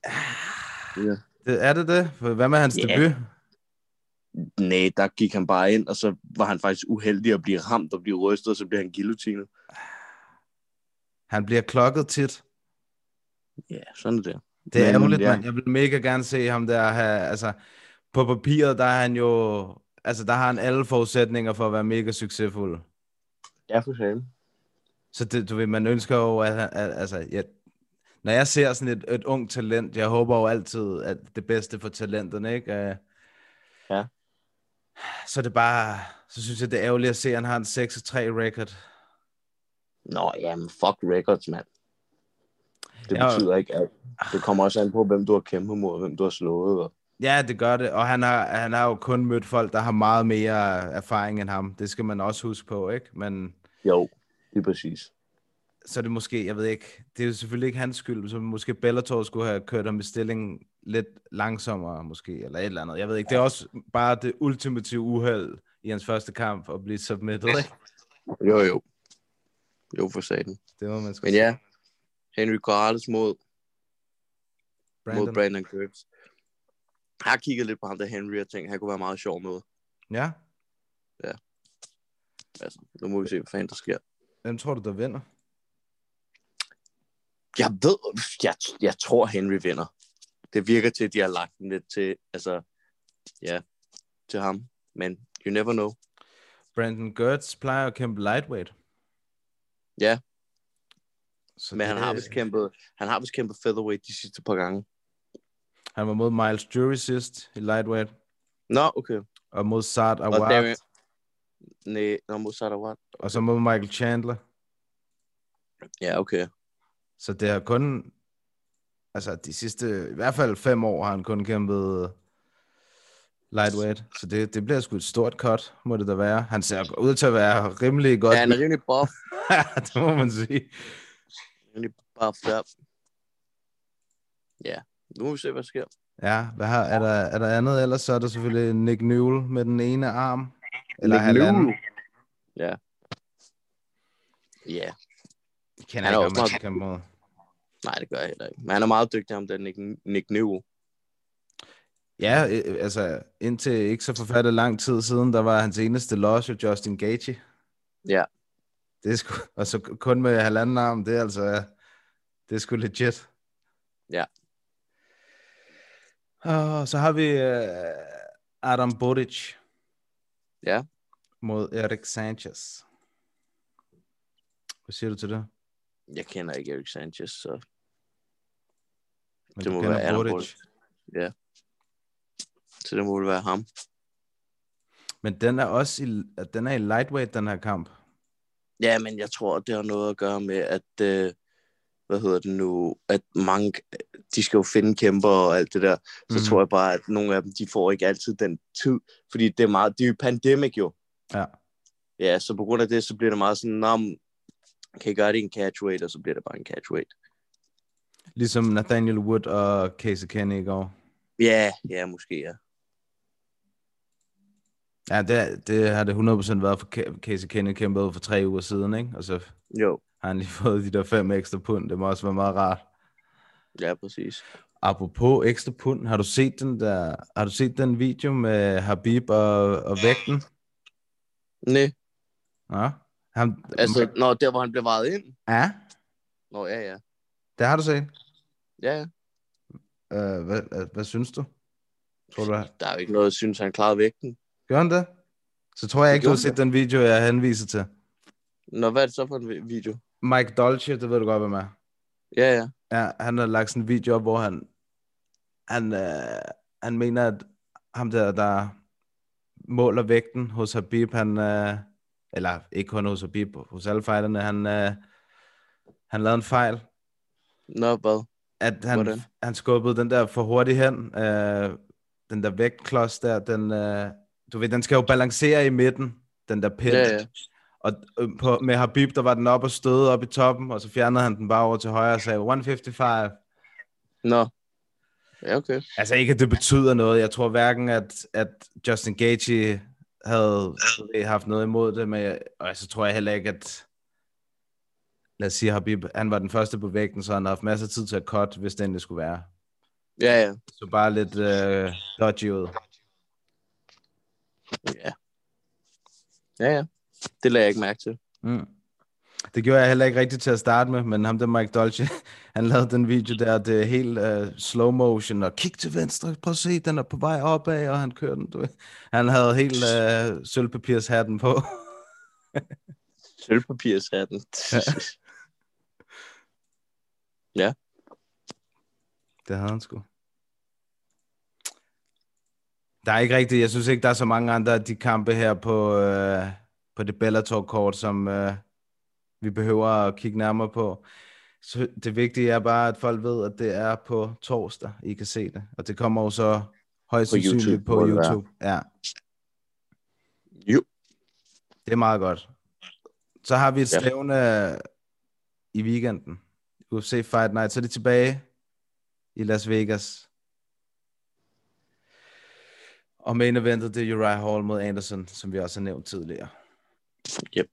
[SPEAKER 5] Ja.
[SPEAKER 6] Det, er det det? Hvad med hans
[SPEAKER 5] Ja.
[SPEAKER 6] debut?
[SPEAKER 5] Nej, der gik han bare ind, og så var han faktisk uheldig at blive ramt og blive rystet, og så bliver han guillotinet.
[SPEAKER 6] Han bliver klokket tit.
[SPEAKER 5] Ja, sådan er det.
[SPEAKER 6] Det er
[SPEAKER 5] Men,
[SPEAKER 6] ærgerligt,
[SPEAKER 5] ja.
[SPEAKER 6] man. Jeg vil mega gerne se ham der have, altså, på papiret, der er han jo, altså, der har han alle forudsætninger for at være mega succesfuld.
[SPEAKER 5] Ja, for sagen.
[SPEAKER 6] Så det, du ved, man ønsker jo, at, han, at altså, jeg, når jeg ser sådan et, et ung talent, jeg håber jo altid, at det bedste for talenterne, ikke? Uh,
[SPEAKER 5] Ja.
[SPEAKER 6] Så det bare, så synes jeg, det er ærgerligt at se, at han har en seks og tre record.
[SPEAKER 5] Nå, jamen, fuck records, mand. Det
[SPEAKER 6] Ja,
[SPEAKER 5] betyder ikke alt. Det kommer også an på, hvem du har kæmpet mod, og hvem du har slået. Og...
[SPEAKER 6] Ja, det gør det, og han har, han har jo kun mødt folk, der har meget mere erfaring end ham. Det skal man også huske på, ikke? Men
[SPEAKER 5] Jo, det er præcis.
[SPEAKER 6] så er det måske, jeg ved ikke, det er jo selvfølgelig ikke hans skyld, så måske Bellator skulle have kørt ham i stilling lidt langsommere måske, eller et eller andet. Jeg ved ikke, det er også bare det ultimative uheld i hans første kamp at blive submitted, ikke?
[SPEAKER 5] Jo, jo. Jo, for satan.
[SPEAKER 6] Det må man sgu
[SPEAKER 5] Men
[SPEAKER 6] sige.
[SPEAKER 5] ja, Henry Corrales mod,
[SPEAKER 6] Brandon.
[SPEAKER 5] mod Brandon Curtis. Jeg har kigget lidt på ham der Henry, og tænkt, han kunne være meget sjov med.
[SPEAKER 6] Ja,
[SPEAKER 5] Altså, nu må vi se, hvad fanden der sker.
[SPEAKER 6] hvem tror du, der vinder?
[SPEAKER 5] Jeg ved, jeg, jeg tror Henry vinder. Det virker til, at de har lagt den lidt til, altså, ja, til ham. Men you never know.
[SPEAKER 6] Brandon Gertz plejer at kæmpe lightweight.
[SPEAKER 5] Ja,
[SPEAKER 6] Så
[SPEAKER 5] men
[SPEAKER 6] det,
[SPEAKER 5] han har vist kæmpet, han har vist kæmpet featherweight de sidste par gange.
[SPEAKER 6] Han var mod Miles Jury sidst i lightweight,
[SPEAKER 5] Nå, okay.
[SPEAKER 6] og mod Saad
[SPEAKER 5] Og
[SPEAKER 6] Awad,
[SPEAKER 5] Darian... Nej, nå, mod Sadawat.
[SPEAKER 6] og så mod Michael Chandler.
[SPEAKER 5] Ja, okay.
[SPEAKER 6] Så det har kun, altså de sidste, i hvert fald fem år har han kun kæmpet lightweight. Så det, det bliver sgu et stort cut, må det da være. Han ser ud til at være rimelig godt.
[SPEAKER 5] Ja, han er rimelig buff.
[SPEAKER 6] Det må man sige.
[SPEAKER 5] Rimelig buffed up. Ja, nu må vi se, hvad der sker.
[SPEAKER 6] Ja, hvad har, er, der, er der andet? Ellers så er der selvfølgelig Nick Newell med den ene arm. Eller
[SPEAKER 5] Nick
[SPEAKER 6] halvanden.
[SPEAKER 5] Newell. Ja. Ja.
[SPEAKER 6] Jeg kender
[SPEAKER 5] Han er
[SPEAKER 6] ikke,
[SPEAKER 5] også
[SPEAKER 6] om man
[SPEAKER 5] meget-
[SPEAKER 6] skal kæmpe mod.
[SPEAKER 5] Nej, det gør jeg heller ikke. Men han er meget dygtig, ham der Nick, Nick Newell.
[SPEAKER 6] Ja, øh, altså indtil ikke så forfærdeligt lang tid siden, der var hans eneste loss jo Justin Gaethje.
[SPEAKER 5] Ja.
[SPEAKER 6] Det er sgu, og så kun med halvanden arm, det er altså, det er sgu legit.
[SPEAKER 5] Ja.
[SPEAKER 6] Og så har vi uh, Adam Boric
[SPEAKER 5] Ja.
[SPEAKER 6] mod Erik Sanchez. Hvad siger du til det?
[SPEAKER 5] Jeg kender ikke Erik Sanchez, så
[SPEAKER 6] Men
[SPEAKER 5] det
[SPEAKER 6] du
[SPEAKER 5] må
[SPEAKER 6] kender
[SPEAKER 5] være Adam
[SPEAKER 6] Boric.
[SPEAKER 5] Boric. Ja. Så det må vel være ham.
[SPEAKER 6] Men den er også i, den er i lightweight, den her kamp.
[SPEAKER 5] Ja, men jeg tror, det har noget at gøre med, at, øh, hvad hedder det nu, at mange, de skal jo finde kæmper og alt det der. Så
[SPEAKER 6] Mhm.
[SPEAKER 5] tror jeg bare, at nogle af dem, de får ikke altid den tid, fordi det er meget, det er jo pandemic jo.
[SPEAKER 6] Ja.
[SPEAKER 5] Ja, så på grund af det, så bliver det meget sådan, nå, men, kan I gøre det i en catchweight, og så bliver det bare en catchweight.
[SPEAKER 6] Ligesom Nathaniel Wood og Casey Kenny i går.
[SPEAKER 5] Ja, ja, måske, ja.
[SPEAKER 6] Ja, det, det har det hundrede procent været for Ca- Casey Kenny kæmpede for tre uger siden, ikke? Og så
[SPEAKER 5] Jo,
[SPEAKER 6] har han lige fået de der fem ekstra pund. Det må også være meget rart.
[SPEAKER 5] ja, præcis.
[SPEAKER 6] Apropos ekstra pund, har du set den der, har du set den video med Habib og, og vægten?
[SPEAKER 5] Nej,
[SPEAKER 6] Ja. Han,
[SPEAKER 5] altså, når der, hvor han blev vejet ind.
[SPEAKER 6] ja,
[SPEAKER 5] Nå, ja, ja.
[SPEAKER 6] det har du set.
[SPEAKER 5] Ja,
[SPEAKER 6] Uh, hvad, hvad, hvad synes du? Tror du,
[SPEAKER 5] der er jo ikke noget, jeg synes, han klarede vægten.
[SPEAKER 6] gør han det? Så tror jeg ikke, du har
[SPEAKER 5] Gjorde
[SPEAKER 6] set den video, jeg henviser til.
[SPEAKER 5] Nå, hvad er det så for en vi- video?
[SPEAKER 6] Mike Dolce, det ved du godt, hvem er.
[SPEAKER 5] Ja, ja.
[SPEAKER 6] Ja, han har lagt sådan en video op, hvor han, han, øh, han mener, at ham der, der måler vægten hos Habib, han, øh, eller ikke kun hos Habib, hos alle fighterne, han, øh, han lavede en fejl,
[SPEAKER 5] Nå, hvad?
[SPEAKER 6] at han,
[SPEAKER 5] Hvordan?
[SPEAKER 6] han skubbede den der for hurtigt hen, øh, den der vægtklods der, den, øh, du ved, den skal jo balancere i midten, den der pind.
[SPEAKER 5] Ja, ja.
[SPEAKER 6] Og øh, på, med Habib, der var den op og støde op i toppen, og så fjernede han den bare over til højre og sagde et femoghalvfems.
[SPEAKER 5] Nå. Ja, okay.
[SPEAKER 6] Altså ikke, at det betyder noget. Jeg tror hverken, at, at Justin Gaethje havde haft noget imod det, men jeg, og så tror jeg heller ikke, at lad os sige, Habib, han var den første på vægten, så han har haft masser af tid til at cut, hvis det endelig skulle være.
[SPEAKER 5] Ja, ja.
[SPEAKER 6] Så bare lidt øh, dodgy ud.
[SPEAKER 5] Ja. Ja, ja. Det lagde jeg ikke mærke til.
[SPEAKER 6] Mm. Det gjorde jeg heller ikke rigtigt til at starte med, men ham der Mike Dolce, han lavede den video der, det er helt uh, slow motion, og kig til venstre, prøv at se, den er på vej opad, og han kører den, du ved. Han havde helt uh, sølvpapirshatten på.
[SPEAKER 5] Sølvpapirshatten.
[SPEAKER 6] Ja.
[SPEAKER 5] Ja.
[SPEAKER 6] Det havde han sgu. Der er ikke rigtigt, jeg synes ikke, der er så mange andre af de kampe her på, uh, på det Bellator-kort, som uh, vi behøver at kigge nærmere på. Så det vigtige er bare, at folk ved, at det er på torsdag, I kan se det. Og det kommer jo så højst
[SPEAKER 5] På
[SPEAKER 6] sandsynligt
[SPEAKER 5] YouTube,
[SPEAKER 6] på
[SPEAKER 5] må det
[SPEAKER 6] YouTube. Ja.
[SPEAKER 5] Jo.
[SPEAKER 6] Det er meget godt. Så har vi et
[SPEAKER 5] Ja.
[SPEAKER 6] stævne i weekenden. U F C Fight Night. Så er de tilbage i Las Vegas. Og main eventet, det er Uriah Hall mod Anderson, som vi også har nævnt tidligere.
[SPEAKER 5] Yep.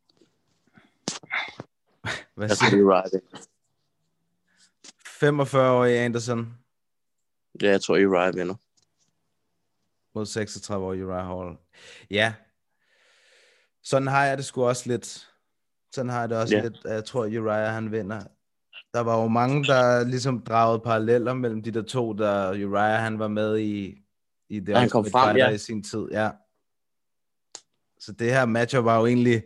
[SPEAKER 6] Hvad
[SPEAKER 5] Jeg
[SPEAKER 6] siger
[SPEAKER 5] tror,
[SPEAKER 6] du?
[SPEAKER 5] Uriah det.
[SPEAKER 6] femogfyrre-årige Anderson
[SPEAKER 5] Ja, jeg tror, Uriah vinder.
[SPEAKER 6] mod seksogtredive-årige Uriah Hall. Ja. Sådan har jeg det sgu også lidt. Sådan har jeg det også
[SPEAKER 5] Ja.
[SPEAKER 6] lidt. Jeg tror, Uriah han vinder. Der var jo mange, der ligesom dragede paralleller mellem de der to, der Uriah han var med i, i det
[SPEAKER 5] Han kom frem, ja.
[SPEAKER 6] i sin tid. Ja. Så det her matchup var jo egentlig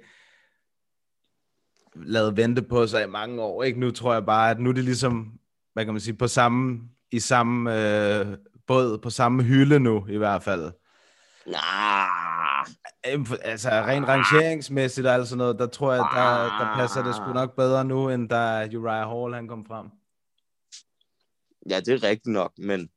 [SPEAKER 6] lavet vente på sig i mange år. Ikke? Nu tror jeg bare, at nu er det ligesom, hvad kan man sige, på samme, i samme øh, båd, på samme hylde nu i hvert fald.
[SPEAKER 5] Nah.
[SPEAKER 6] Altså rent rangeringsmæssigt og alt sådan noget, der tror jeg, der, der passer det sgu nok bedre nu, end da Uriah Hall han kom frem.
[SPEAKER 5] Ja, det er rigtigt nok, men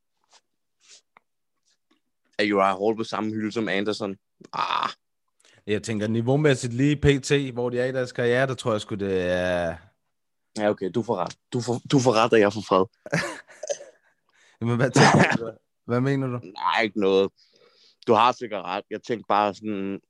[SPEAKER 5] er Uriah Hall på samme hylde som Anderson? Ah.
[SPEAKER 6] Jeg tænker niveaumæssigt lige P T, hvor de er i deres karriere, der tror jeg sgu det er...
[SPEAKER 5] Ja, okay, du får ret. Du får, du får ret, og jeg får fred.
[SPEAKER 6] Men hvad tænker du? Hvad mener du?
[SPEAKER 5] Nej, ikke noget. Du har sikkert ret. Jeg tænkte bare sådan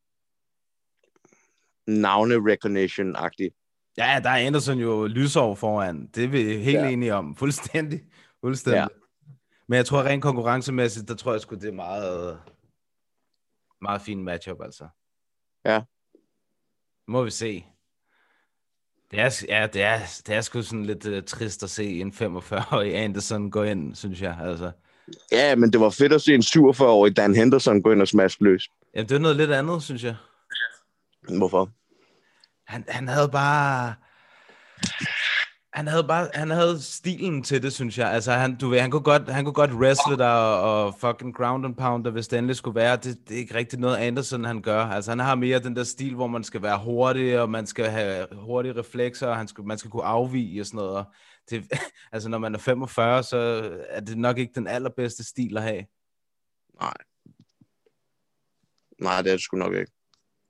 [SPEAKER 5] navne-recognition-agtigt.
[SPEAKER 6] Ja, der er Anderson jo lysår foran. Det er vi helt
[SPEAKER 5] Ja.
[SPEAKER 6] enige om. Fuldstændig. Fuldstændig. Ja. Men jeg tror rent konkurrencemæssigt, der tror jeg sgu det er meget, meget fin matchup, altså.
[SPEAKER 5] Ja.
[SPEAKER 6] Må vi se. Det er, ja, det er, det er sgu sådan lidt uh, trist at se en femogfyrre-årig Anderson gå ind, synes jeg, altså.
[SPEAKER 5] Ja, men det var fedt at se en syvogfyrre-årig Dan Henderson gå ind og smaske løs.
[SPEAKER 6] Jamen, det er noget lidt andet, synes jeg.
[SPEAKER 5] Hvorfor?
[SPEAKER 6] Han, han havde bare... Han havde bare, han havde stilen til det, synes jeg. Altså, han, du ved, han kunne godt, han kunne godt wrestle der og, og fucking ground and pound, hvis det endelig skulle være. Det, det er ikke rigtig noget Anderson, han gør. Altså, han har mere den der stil, hvor man skal være hurtig, og man skal have hurtige reflekser, og han skal, man skal kunne afvige og sådan noget. Det, altså, når man er femogfyrre, så er det nok ikke den allerbedste stil at have.
[SPEAKER 5] Nej. Nej, det er det sgu nok ikke.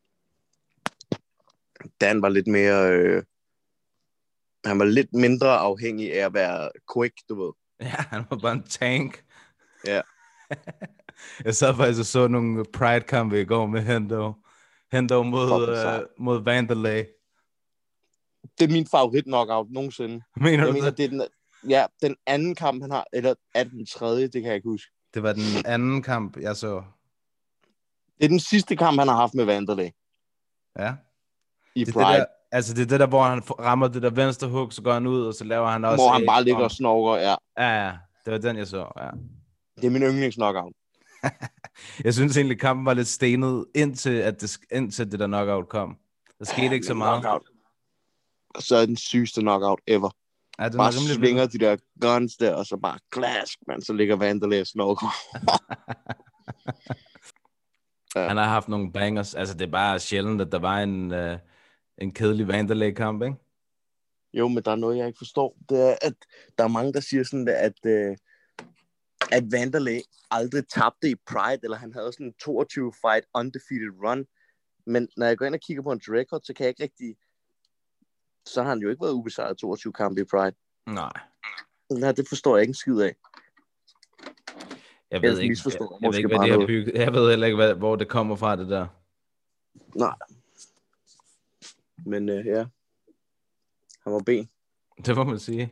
[SPEAKER 5] Dan var lidt mere... Øh... Han var lidt mindre afhængig af at være quick, du ved.
[SPEAKER 6] Ja, han var bare en tank.
[SPEAKER 5] Ja.
[SPEAKER 6] Jeg sad faktisk og så nogle Pride-kampe i går med Hendo. Hendo mod, uh, mod Vanderlei.
[SPEAKER 5] Det er min favorit knockout nogensinde.
[SPEAKER 6] Mener
[SPEAKER 5] jeg
[SPEAKER 6] du
[SPEAKER 5] mener,
[SPEAKER 6] det?
[SPEAKER 5] det er den, ja, den anden kamp, han har, eller er det den tredje, det kan jeg ikke huske.
[SPEAKER 6] Det var den anden kamp, jeg så.
[SPEAKER 5] Det er den sidste kamp, han har haft med Vanderlei.
[SPEAKER 6] Ja.
[SPEAKER 5] I
[SPEAKER 6] det
[SPEAKER 5] Pride.
[SPEAKER 6] Det der, altså det er det der, hvor han rammer det der venstre hook, så går han ud, og så laver han også...
[SPEAKER 5] Hvor han bare ligger og snorker, ja.
[SPEAKER 6] Ja, ja. Det var den, jeg så, ja.
[SPEAKER 5] Det er min yndlingsknockout.
[SPEAKER 6] Jeg synes egentlig, kampen var lidt stenet, indtil, at det, indtil det der knockout kom. Der skete ja, ikke så meget.
[SPEAKER 5] Knockout. Og så er den sygeste knockout ever.
[SPEAKER 6] Ja, den
[SPEAKER 5] bare svinger de der guns der, og så bare klask, man, så ligger Vanderlei og snorker.
[SPEAKER 6] Ja. Han har haft nogle bangers. Altså, det er bare sjældent, at der var en, uh, en kedelig Vanderlei-kamp, ikke?
[SPEAKER 5] Jo, men der er noget, jeg ikke forstår. Det er, at der er mange, der siger sådan, at, uh, at Vanderlei aldrig tabte i Pride, eller han havde sådan en toogtyve fight undefeated run. Men når jeg går ind og kigger på hans record, så kan jeg ikke rigtig... Så har han jo ikke været ubesejret toogtyve kampe i Pride.
[SPEAKER 6] Nej.
[SPEAKER 5] Nej, det forstår jeg ikke en skid af.
[SPEAKER 6] Jeg ved, ikke, jeg, jeg, ved ikke, hvad de har bygget. Jeg ved heller ikke, hvad, hvor det kommer fra, det der.
[SPEAKER 5] Nej. Men uh, ja, han var ben.
[SPEAKER 6] Det må man sige.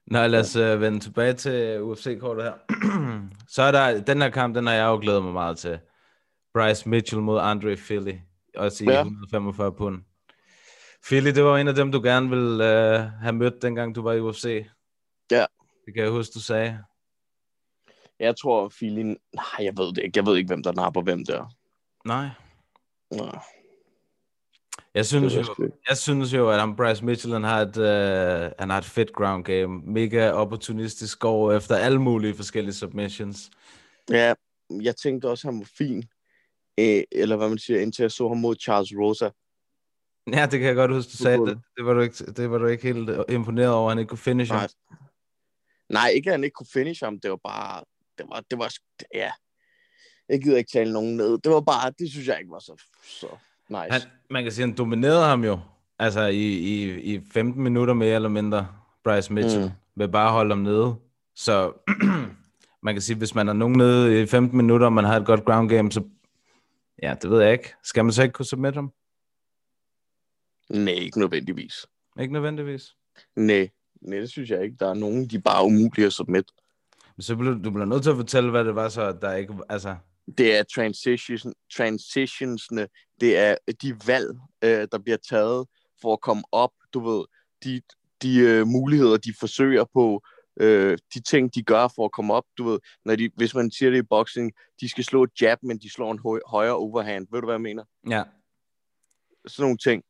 [SPEAKER 6] Nå, lad os uh, vende tilbage til U F C-kortet her. Så er der, den her kamp, den har jeg jo glædet mig meget til. Bryce Mitchell mod Andre Fili, også i ja. et hundrede og femogfyrre pund. Fili, det var en af dem, du gerne ville uh, have mødt, dengang du var i U F C.
[SPEAKER 5] Ja.
[SPEAKER 6] Det kan jeg huske, du sagde.
[SPEAKER 5] Jeg tror, Fili... Nej, jeg ved det ikke. Jeg ved ikke, hvem der napper hvem der.
[SPEAKER 6] Nej.
[SPEAKER 5] Nej.
[SPEAKER 6] Jeg synes, jo, jeg synes jo, at ham Bryce Mitchell, han har et, uh, han har et fedt ground game. Mega opportunistisk, går efter alle mulige forskellige submissions.
[SPEAKER 5] Ja, jeg tænkte også, at han var fin. Eh, eller hvad man siger, indtil jeg så ham mod Charles Rosa.
[SPEAKER 6] Ja, det kan jeg godt huske, du sagde. Det, det, var, du ikke, det var du ikke helt imponeret over, at han ikke kunne finish ham.
[SPEAKER 5] Nej. Nej, ikke at han ikke kunne finish ham. Det var bare... Det var... Det var ja. Jeg gider ikke tale nogen ned. Det var bare... Det synes jeg ikke var så... så nice.
[SPEAKER 6] Han, man kan sige, at han dominerede ham jo. Altså i, i, i femten minutter mere eller mindre, Bryce Mitchell. Mm. Ved bare at holde ham nede. Så man kan sige, hvis man er nogen nede i femten minutter, og man har et godt ground game, så... Ja, det ved jeg ikke. Skal man så ikke kunne submit ham?
[SPEAKER 5] Nej, ikke nødvendigvis.
[SPEAKER 6] Ikke nødvendigvis?
[SPEAKER 5] Nej, nej, det synes jeg ikke. Der er nogen, de bare er umulige at submit.
[SPEAKER 6] Så bliver du bliver nødt til at fortælle, hvad det var så, der ikke... Altså...
[SPEAKER 5] Det er transition, transitionsne, det er de valg, øh, der bliver taget for at komme op. Du ved, de, de øh, muligheder, de forsøger på, øh, de ting, de gør for at komme op. Du ved, når de, hvis man siger det i boxing, de skal slå et jab, men de slår en høj, højere overhand. Ved du, hvad jeg mener?
[SPEAKER 6] Ja.
[SPEAKER 5] Sådan nogle ting.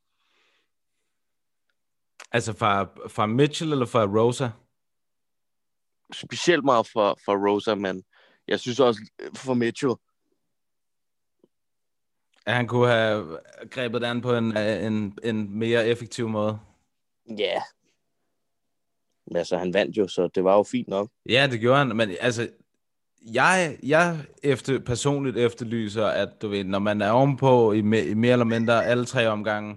[SPEAKER 6] Altså fra, fra Mitchell eller fra Rosa?
[SPEAKER 5] Specielt meget fra, fra Rosa, men jeg synes også for Mitchell.
[SPEAKER 6] At han kunne have grebet det an på en, en, en mere effektiv måde.
[SPEAKER 5] Ja. Yeah. Altså, han vandt jo, så det var jo fint nok.
[SPEAKER 6] Ja, det gjorde han, men altså, jeg, jeg efter, personligt efterlyser, at du ved, når man er ovenpå i, me, i mere eller mindre alle tre omgange,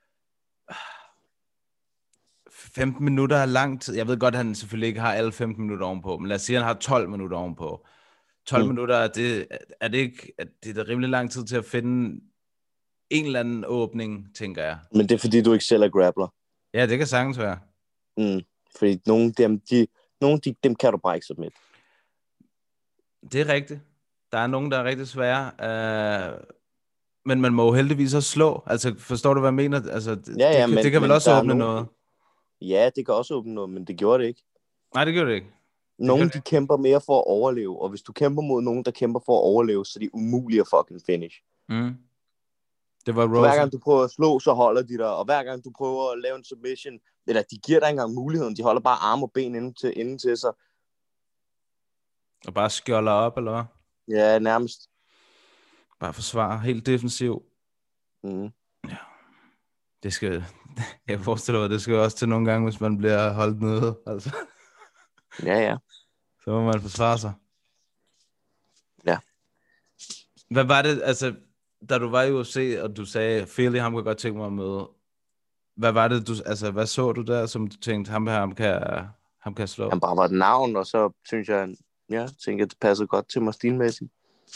[SPEAKER 6] femten minutter er lang tid. Jeg ved godt, at han selvfølgelig ikke har alle femten minutter ovenpå, men lad os sige, at han har tolv minutter ovenpå. tolv mm. minutter, er det, er det ikke er det er rimelig lang tid til at finde en eller anden åbning, tænker jeg.
[SPEAKER 5] Men det er fordi, du ikke selv er grappler.
[SPEAKER 6] Ja, det kan sagtens være.
[SPEAKER 5] Mm. Fordi nogle dem, de, nogle de, dem kan du bare ikke submit.
[SPEAKER 6] Det er rigtigt. Der er nogen, der er rigtig svære. Uh, men man må jo heldigvis også slå. Altså, forstår du, hvad jeg mener? Altså,
[SPEAKER 5] ja, ja,
[SPEAKER 6] det,
[SPEAKER 5] men,
[SPEAKER 6] det kan vel også åbne
[SPEAKER 5] nogen,
[SPEAKER 6] noget?
[SPEAKER 5] Ja, det kan også åbne noget, men det gjorde det ikke.
[SPEAKER 6] Nej, det gjorde det ikke.
[SPEAKER 5] Nogle, de kæmper mere for at overleve, og hvis du kæmper mod nogen, der kæmper for at overleve, så er de umulige at fucking finish.
[SPEAKER 6] Mm. Det var Rosa.
[SPEAKER 5] Hver gang du prøver at slå, så holder de dig, og hver gang du prøver at lave en submission, eller de giver dig ikke engang muligheden, de holder bare arme og ben inden til, inden til sig.
[SPEAKER 6] Og bare skjolder op, eller hvad?
[SPEAKER 5] Ja, nærmest.
[SPEAKER 6] Bare forsvare, helt defensiv.
[SPEAKER 5] Mm.
[SPEAKER 6] Ja. Det skal, jeg forestiller mig, det skal også til nogle gange, hvis man bliver holdt nede, altså.
[SPEAKER 5] Ja, ja.
[SPEAKER 6] Så må man forsvare sig.
[SPEAKER 5] Ja.
[SPEAKER 6] Hvad var det, altså, da du var i U F C, og du sagde, Fili, ham kan godt tænke mig at møde. Hvad var det, du, altså, hvad så du der, som du tænkte, ham her, ham kan, ham kan slå?
[SPEAKER 5] Han bare var et navn, og så synes jeg, ja, tænkte jeg, det passede godt til mig stilmæssigt.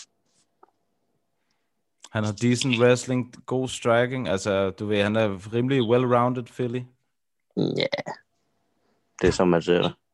[SPEAKER 6] Han har decent wrestling, god striking, altså, du ved, han er rimelig well-rounded, Fili.
[SPEAKER 5] Ja, yeah. Det er som man ser det.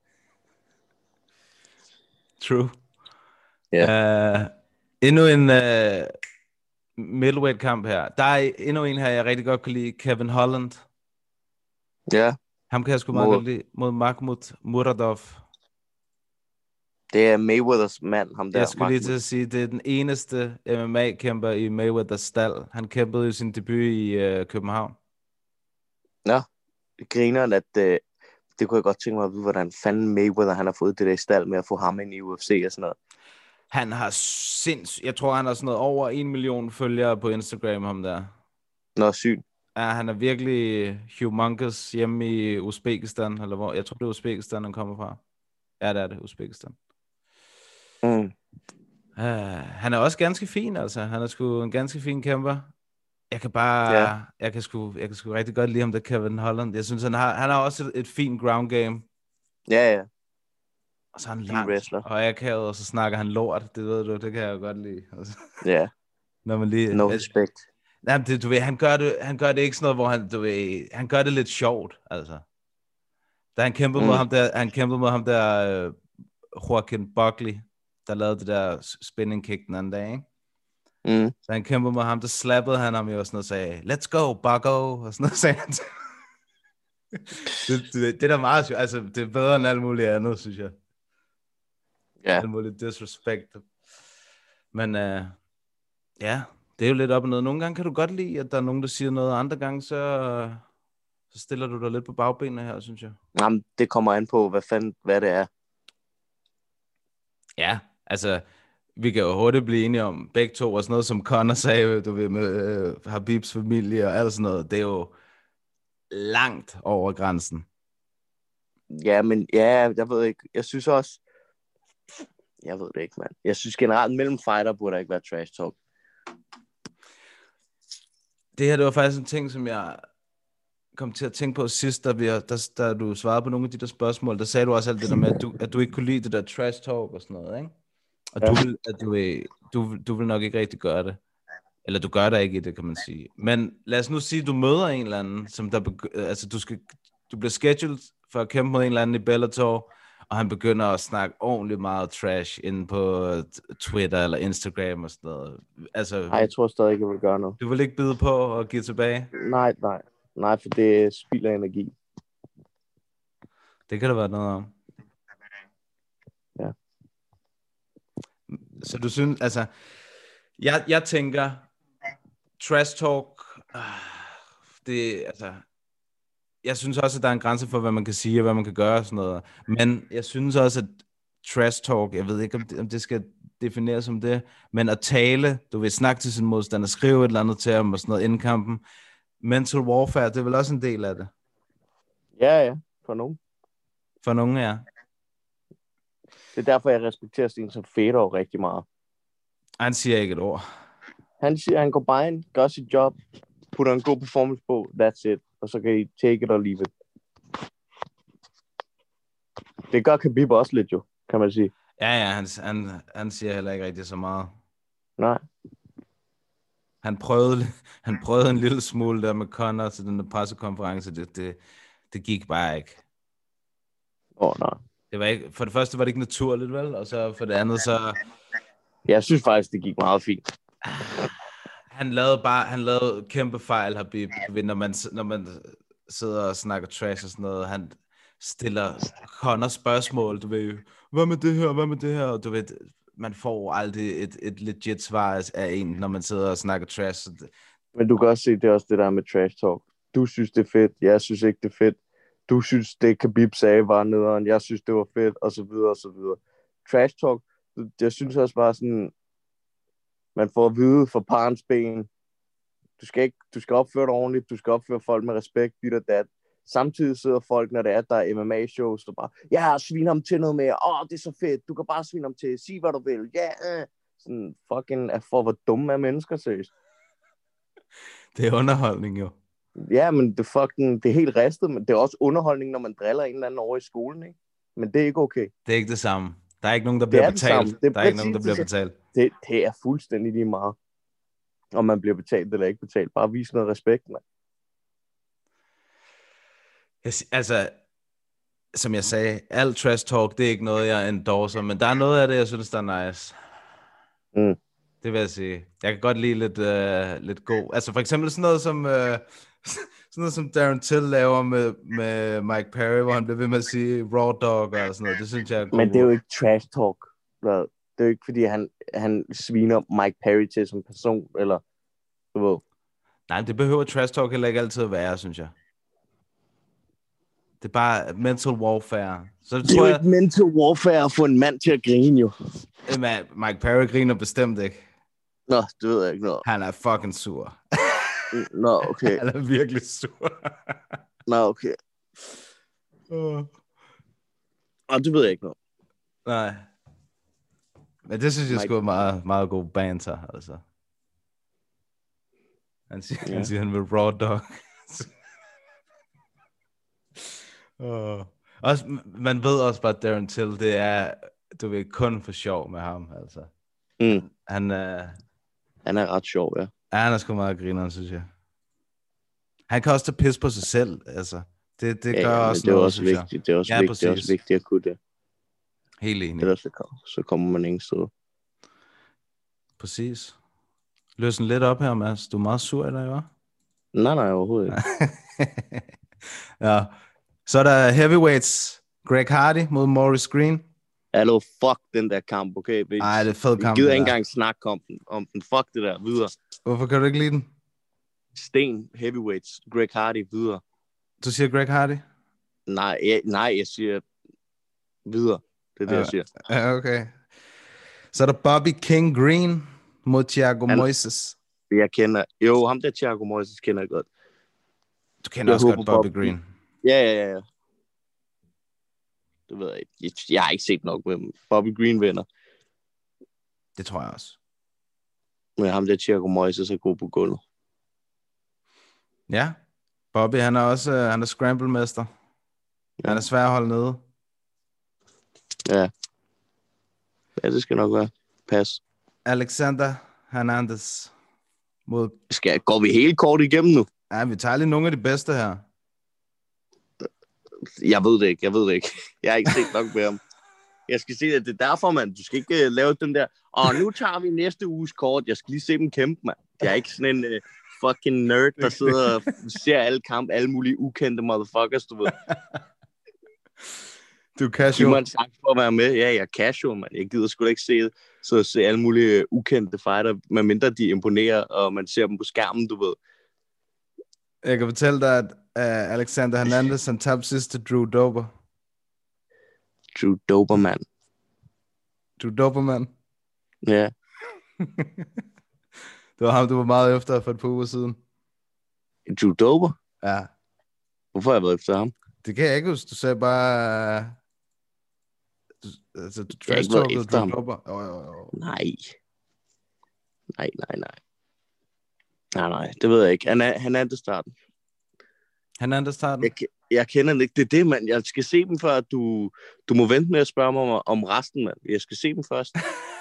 [SPEAKER 6] True.
[SPEAKER 5] Ja.
[SPEAKER 6] Yeah. Uh, endnu en uh, middleweight-kamp her. Der er endnu en her, jeg rigtig godt kan lide, Kevin Holland.
[SPEAKER 5] Ja. Yeah.
[SPEAKER 6] Ham kan jeg sgu meget godt lide, mod Mahmoud Muradov.
[SPEAKER 5] Det er Mayweathers mand, ham der.
[SPEAKER 6] Jeg skulle lige til at sige, det er den eneste M M A-kæmper i Mayweathers stald. Han kæmpede jo sin debut i uh, København.
[SPEAKER 5] Nå, det griner, at uh, det kunne jeg godt tænke mig at vide, hvordan fanden Mayweather han har fået det der i stald med at få ham ind i U F C og sådan noget.
[SPEAKER 6] Han har sinds... Jeg tror, han har sådan noget over en million følgere på Instagram, ham der.
[SPEAKER 5] Nå, sygt.
[SPEAKER 6] Ja, han er virkelig humongous hjemme i Uzbekistan, eller hvor? Jeg tror, det er Uzbekistan, han kommer fra. Ja, det er det, Uzbekistan.
[SPEAKER 5] Mm.
[SPEAKER 6] Uh, han er også ganske fin, altså. Han er sgu en ganske fin kæmper. Jeg kan bare...
[SPEAKER 5] Ja.
[SPEAKER 6] Jeg kan sgu, jeg kan sgu rigtig godt lide ham, der Kevin Holland. Jeg synes, han har, han har også et, et fint ground game.
[SPEAKER 5] Ja, ja.
[SPEAKER 6] Og så er han langt, og akavet, og så snakker han lort. Det ved du, det kan jeg jo godt lide. Altså.
[SPEAKER 5] Ja.
[SPEAKER 6] Når man lige...
[SPEAKER 5] No respect.
[SPEAKER 6] Jamen, det, du ved, han gør det, han gør det ikke sådan noget, hvor han, du ved, han gør det lidt sjovt, altså. Da han kæmpede mm. mod ham der, han kæmpede mod ham der uh, Joaquin Buckley, der lavede det der spinning kick den anden dag, ikke?
[SPEAKER 5] Mm.
[SPEAKER 6] Da han kæmpede mod ham, der slappede han ham jo og sådan noget, sagde, let's go, Bucko, og sådan noget, sagde han. det, det, det er da meget sjovt, altså det er bedre end alt muligt andet, synes jeg.
[SPEAKER 5] Ja.
[SPEAKER 6] Alt muligt disrespect. Men uh, ja, det er jo lidt op og ned. Nogle gange kan du godt lide, at der er nogen, der siger noget, andre gange så, så stiller du dig lidt på bagbenene her, synes jeg.
[SPEAKER 5] Jamen, det kommer an på, hvad fanden, hvad det er.
[SPEAKER 6] Ja, altså, vi kan jo hurtigt blive enige om begge to, og sådan noget, som Conor sagde, du ved, med øh, Habibs familie og alt sådan noget, det er jo langt over grænsen.
[SPEAKER 5] Ja, men ja, jeg ved ikke, jeg synes også, jeg ved det ikke, mand. Jeg synes generelt, mellem fighter burde der ikke være trash talk.
[SPEAKER 6] Det her, det var faktisk en ting, som jeg kom til at tænke på sidst, da, vi, der, da du svarede på nogle af de der spørgsmål, der sagde du også alt det der med, at du, at du ikke kunne lide det der trash talk og sådan noget, ikke? Og ja. du, vil, at du, du, du vil nok ikke rigtig gøre det. Eller du gør der ikke i det, kan man sige. Men lad os nu sige, at du møder en eller anden, som der begy- altså du, skal, du bliver scheduled for at kæmpe mod en eller anden i Bellator, og han begynder at snakke ordentligt meget trash inde på Twitter eller Instagram og sådan noget. Altså,
[SPEAKER 5] Nej, jeg tror stadig ikke, jeg vil gøre noget.
[SPEAKER 6] Du vil ikke bide på og give tilbage?
[SPEAKER 5] Nej, nej. Nej, for det spilder energi.
[SPEAKER 6] Det kan der være noget om.
[SPEAKER 5] Ja.
[SPEAKER 6] Så du synes, altså, jeg, jeg tænker, trash talk, øh, det, altså, jeg synes også, at der er en grænse for, hvad man kan sige og hvad man kan gøre og sådan noget. Men jeg synes også, at trash talk, jeg ved ikke, om det, om det skal defineres som det, men at tale, du vil snakke til sin modstander, skrive et eller andet til ham og sådan noget inden kampen. Mental warfare, det er vel også en del af det?
[SPEAKER 5] Ja, ja, for nogen.
[SPEAKER 6] For nogen, ja.
[SPEAKER 5] Det er derfor, jeg respekterer Sten som Fedor rigtig meget.
[SPEAKER 6] Han siger ikke et ord.
[SPEAKER 5] Han siger, han går bare ind, gør sit job, putter en god performance på, that's it. Og så kan I take it or leave it. Det gør Khabib også lidt jo, kan man sige.
[SPEAKER 6] Ja, ja, han, han, han siger heller ikke rigtig så meget.
[SPEAKER 5] Nej.
[SPEAKER 6] Han prøvede, han prøvede en lille smule der med Conor til den der pressekonference. Det, det, det gik bare ikke.
[SPEAKER 5] Åh, oh, nej.
[SPEAKER 6] Det var ikke, for det første var det ikke naturligt, vel? Og så for det andet, så...
[SPEAKER 5] Jeg synes faktisk, det gik meget fint.
[SPEAKER 6] Han lavede bare, han lavede kæmpe fejl, Habib, når man, når man sidder og snakker trash og sådan noget. Han stiller Conor spørgsmål, du ved, hvad med det her, hvad med det her? Og du ved, man får aldrig et, et legit svar af en, når man sidder og snakker trash.
[SPEAKER 5] Men du kan også se, det er også det der med trash talk. Du synes, det er fedt, jeg synes ikke, det er fedt. Du synes, det Khabib sagde var nederen, jeg synes, det var fedt, og så videre, og så videre. Trash talk, jeg synes også bare sådan, man får at vide for parens ben, du skal, ikke, du skal opføre dig ordentligt, du skal opføre folk med respekt, dit og dat. Samtidig sidder folk, når det er, der er M M A-shows, og bare, ja, svin ham til noget mere, åh, det er så fedt, du kan bare svine ham til, sig hvad du vil, ja, yeah. Sådan fucking, for hvor dumme er mennesker, seriøst.
[SPEAKER 6] Det er underholdning jo.
[SPEAKER 5] Ja, men det, fucking, det er helt ristet, men det er også underholdning, når man driller en eller anden over i skolen, ikke? Men det er ikke okay.
[SPEAKER 6] Det er ikke det samme. Der er ikke nogen, der bliver betalt. Der er ikke nogen, der bliver betalt.
[SPEAKER 5] Det, det er fuldstændig lige meget, om man bliver betalt eller ikke betalt. Bare vis noget respekt, mand.
[SPEAKER 6] Jeg, altså, som jeg sagde, alt trash talk, det er ikke noget, jeg endorser, men der er noget af det, jeg synes, der er nice.
[SPEAKER 5] Mm.
[SPEAKER 6] Det vil jeg sige. Jeg kan godt lide lidt, uh, lidt god. Altså for eksempel sådan noget som, uh, sådan noget som Darren Till laver med, med Mike Perry, hvor han bliver ved med at sige raw dog og sådan noget. Det synes jeg er god.
[SPEAKER 5] Men det er jo ikke trash talk. Det er jo ikke, fordi han, han sviner Mike Perry til som person, eller du ved.
[SPEAKER 6] Nej, men det behøver trash talk heller ikke altid at være, synes jeg. Det er bare mental warfare. Så
[SPEAKER 5] det er
[SPEAKER 6] tror
[SPEAKER 5] jo
[SPEAKER 6] jeg,
[SPEAKER 5] ikke mental warfare at få en mand til at grine, jo.
[SPEAKER 6] Mike Perry griner bestemt ikke.
[SPEAKER 5] Nå, det ved jeg ikke noget.
[SPEAKER 6] Han er fucking sur.
[SPEAKER 5] Nå, okay.
[SPEAKER 6] Han er virkelig sur.
[SPEAKER 5] Nå, okay.
[SPEAKER 6] Uh.
[SPEAKER 5] Og det ved jeg ikke noget.
[SPEAKER 6] Nej. Men det synes jeg
[SPEAKER 5] Mike...
[SPEAKER 6] sgu er meget, meget god banter, altså. Han siger, ja. han, siger han vil raw dog. uh. Også, man ved også bare, at Darren Till, det er, du ved, kun for sjov med ham, altså.
[SPEAKER 5] Mm.
[SPEAKER 6] Han er...
[SPEAKER 5] Han er ret sjov, ja.
[SPEAKER 6] Ja, han er sgu meget grineren, synes jeg. Han kan også tage pis på sig selv, altså. Det, det
[SPEAKER 5] Ja,
[SPEAKER 6] gør
[SPEAKER 5] ja, men
[SPEAKER 6] også
[SPEAKER 5] det er
[SPEAKER 6] noget,
[SPEAKER 5] også
[SPEAKER 6] synes jeg.
[SPEAKER 5] vigtigt. Det er også,
[SPEAKER 6] Ja,
[SPEAKER 5] vigtigt. Det er også
[SPEAKER 6] præcis.
[SPEAKER 5] vigtigt at kunne det.
[SPEAKER 6] Helt enig.
[SPEAKER 5] Ellers så, kom- så kommer man ingen sted.
[SPEAKER 6] Præcis. Løsne lidt op her, Mads. Du er meget sur i dag, hva'?
[SPEAKER 5] Nej, nej, overhovedet ikke.
[SPEAKER 6] Ja. Så er der heavyweights. Greg Hardy mod Maurice Green.
[SPEAKER 5] Hallo, fuck den der kamp, okay? Vi,
[SPEAKER 6] Ej, det er fed
[SPEAKER 5] vi
[SPEAKER 6] kamp,
[SPEAKER 5] gider
[SPEAKER 6] det
[SPEAKER 5] ikke
[SPEAKER 6] der.
[SPEAKER 5] engang snakke om den, om den. Fuck det der, videre.
[SPEAKER 6] Hvorfor kan du ikke lide den?
[SPEAKER 5] Sten, heavyweights, Greg Hardy, videre.
[SPEAKER 6] Du siger Greg Hardy?
[SPEAKER 5] Nej, jeg, nej, jeg siger videre. Det er det,
[SPEAKER 6] Ja.
[SPEAKER 5] jeg siger.
[SPEAKER 6] Ja, okay. Så er der Bobby King Green mod Thiago
[SPEAKER 5] Han-
[SPEAKER 6] Moises.
[SPEAKER 5] Jeg kender... Jo, ham der Thiago Moises kender jeg godt.
[SPEAKER 6] Du kender
[SPEAKER 5] Jeg
[SPEAKER 6] også
[SPEAKER 5] håber,
[SPEAKER 6] godt Bobby
[SPEAKER 5] Bobby-
[SPEAKER 6] Green.
[SPEAKER 5] Ja, ja, ja, ja. Det ved jeg ikke. Jeg, jeg har ikke set nok med dem. Bobby Green vinder.
[SPEAKER 6] Det tror jeg også.
[SPEAKER 5] Men ham der Thiago Moises er god på gulvet.
[SPEAKER 6] Ja. Bobby, han er også uh, han er scramble-mester.
[SPEAKER 5] Ja.
[SPEAKER 6] Han er svær at holde nede.
[SPEAKER 5] Ja. Ja, det skal nok være. Pas.
[SPEAKER 6] Alexander Hernandez mod...
[SPEAKER 5] Skal, går vi helt kort igennem nu?
[SPEAKER 6] Ja, vi tager lige nogle af de bedste her.
[SPEAKER 5] Jeg ved det ikke, jeg ved det ikke. Jeg har ikke set nok med ham. Jeg skal se det. Det er derfor, mand. Du skal ikke uh, lave den der... Og nu tager vi næste uges kort. Jeg skal lige se dem kæmpe, mand. Jeg er ikke sådan en uh, fucking nerd, der sidder og ser alle kampe, alle mulige ukendte motherfuckers, du ved.
[SPEAKER 6] Du er
[SPEAKER 5] Giv
[SPEAKER 6] casual.
[SPEAKER 5] mig en chance for at være med. Ja, jeg er casual, mand. Jeg gider sgu da ikke se, så se alle mulige ukendte fighter, medmindre de imponerer, og man ser dem på skærmen, du ved.
[SPEAKER 6] Jeg kan fortælle dig, at uh, Alexander Hernandez han tabte sidst til Drew Dober.
[SPEAKER 5] Drew Doberman.
[SPEAKER 6] Drew Doberman.
[SPEAKER 5] Ja.
[SPEAKER 6] Det var ham, du var meget efter for et par uger siden.
[SPEAKER 5] Drew Dober?
[SPEAKER 6] Ja,
[SPEAKER 5] Hvorfor har jeg været efter ham?
[SPEAKER 6] det kan jeg ikke huske. Du sagde bare... Du, altså, du
[SPEAKER 5] Jeg har ikke været
[SPEAKER 6] trash-talkede
[SPEAKER 5] efter
[SPEAKER 6] Drew
[SPEAKER 5] ham.
[SPEAKER 6] Dober. Oh, oh, oh.
[SPEAKER 5] Nej. Nej, nej, nej. Nej, nej, det ved jeg ikke. Han er, han er det starten.
[SPEAKER 6] Hernandez tager den.
[SPEAKER 5] Jeg, ke- jeg kender den ikke. Det er det, mand. Jeg skal se dem før, du, du må vente med at spørge mig om, om resten, mand. Jeg skal se dem først.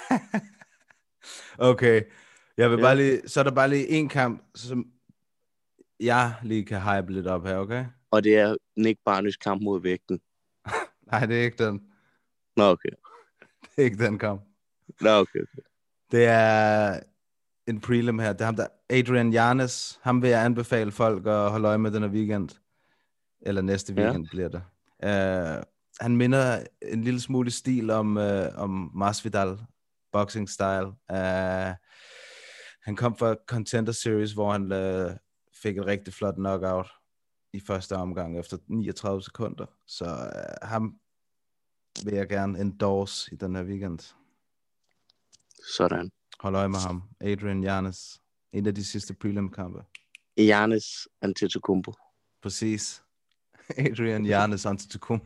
[SPEAKER 6] Okay. Jeg vil
[SPEAKER 5] Ja.
[SPEAKER 6] bare lige... Så er der bare lige en kamp, som jeg lige kan hype lidt op her, okay?
[SPEAKER 5] Og det er Nick Barnys kamp mod vægten.
[SPEAKER 6] Nej, det er ikke den.
[SPEAKER 5] Nå, okay.
[SPEAKER 6] Det er ikke den kamp.
[SPEAKER 5] Nå, okay, okay.
[SPEAKER 6] Det er en prelim her. Det er ham der, Adrian Yanez. Ham vil jeg anbefale folk at holde øje med den her weekend. Eller næste
[SPEAKER 5] Ja.
[SPEAKER 6] weekend bliver det. Uh, han minder en lille smule i stil om, uh, om Masvidal boxing style. Uh, han kom fra Contender Series, hvor han uh, fik et rigtig flot knockout i første omgang efter niogtredive sekunder. Så uh, ham vil jeg gerne endorse i den her weekend.
[SPEAKER 5] Sådan.
[SPEAKER 6] Hold øje med ham. Adrian Yanez. En af de sidste prelim-kampe.
[SPEAKER 5] Giannis Antetokounmpo.
[SPEAKER 6] Præcis. Adrian Yanez Antetokounmpo.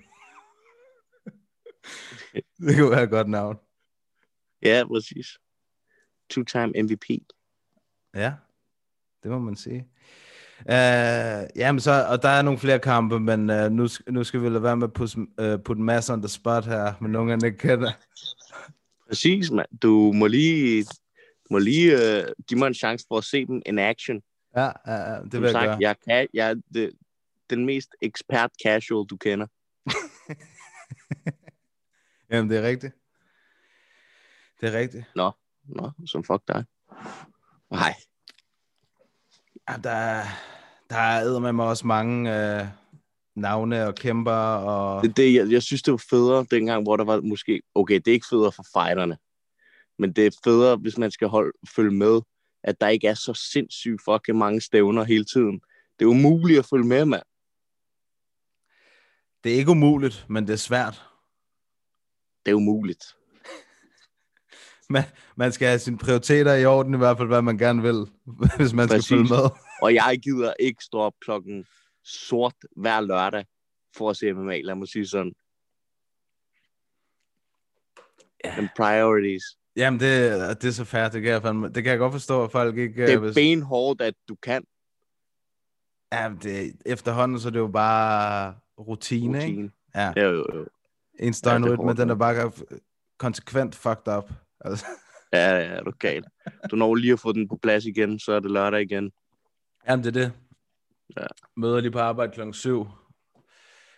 [SPEAKER 6] Det kunne være et godt navn.
[SPEAKER 5] Ja, præcis. Two-time M V P.
[SPEAKER 6] Ja, det må man sige. Uh, jamen så, og der er nogle flere kampe, men uh, nu, nu skal vi lade være med at putte, uh, putte masser on the spot her, men nogen ikke kender.
[SPEAKER 5] Præcis, mand. Du må lige, må lige uh, give mig en chance for at se dem in action.
[SPEAKER 6] Ja, ja, ja, det
[SPEAKER 5] Som
[SPEAKER 6] vil jeg
[SPEAKER 5] sagt,
[SPEAKER 6] gøre.
[SPEAKER 5] jeg, kan, jeg er det, den mest expert casual, du kender.
[SPEAKER 6] Jamen, det er rigtigt. Det er rigtigt.
[SPEAKER 5] Nå, nå, så fuck dig. Nej.
[SPEAKER 6] Ja, der, der er eddermame også mange øh, navne og kæmper. Og...
[SPEAKER 5] Det, det, jeg, jeg synes, det var federe dengang, hvor der var måske... Okay, det er ikke federe for fighterne. Men det er federe, hvis man skal holde, følge med, at der ikke er så sindssygt fucking mange stævner hele tiden. Det er umuligt at følge med, mand.
[SPEAKER 6] Det er ikke umuligt, men det er svært.
[SPEAKER 5] Det er umuligt.
[SPEAKER 6] Man, man skal have sine prioriteter i orden, i hvert fald hvad man gerne vil, hvis man
[SPEAKER 5] Præcis.
[SPEAKER 6] skal følge med.
[SPEAKER 5] Og jeg gider ikke stå op klokken sort hver lørdag for at se M M A, lad mig sige sådan. And priorities.
[SPEAKER 6] Jamen, det, det er så fair, det kan jeg, fandme, det kan jeg godt forstå, at folk ikke...
[SPEAKER 5] Det er
[SPEAKER 6] hvis...
[SPEAKER 5] benhårdt, at du kan.
[SPEAKER 6] Jamen, det, efterhånden, så er det jo bare rutine,
[SPEAKER 5] Rutine.
[SPEAKER 6] ikke? Ja.
[SPEAKER 5] Jo, jo, jo.
[SPEAKER 6] En
[SPEAKER 5] Ja,
[SPEAKER 6] støjnrytme,
[SPEAKER 5] det er
[SPEAKER 6] den er bare konsekvent fucked up. Altså.
[SPEAKER 5] Ja, ja, er du galt. Du når lige at få den på plads igen, så er det lørdag igen.
[SPEAKER 6] Jamen, det er det.
[SPEAKER 5] Ja.
[SPEAKER 6] Møder lige på arbejde klokken syv.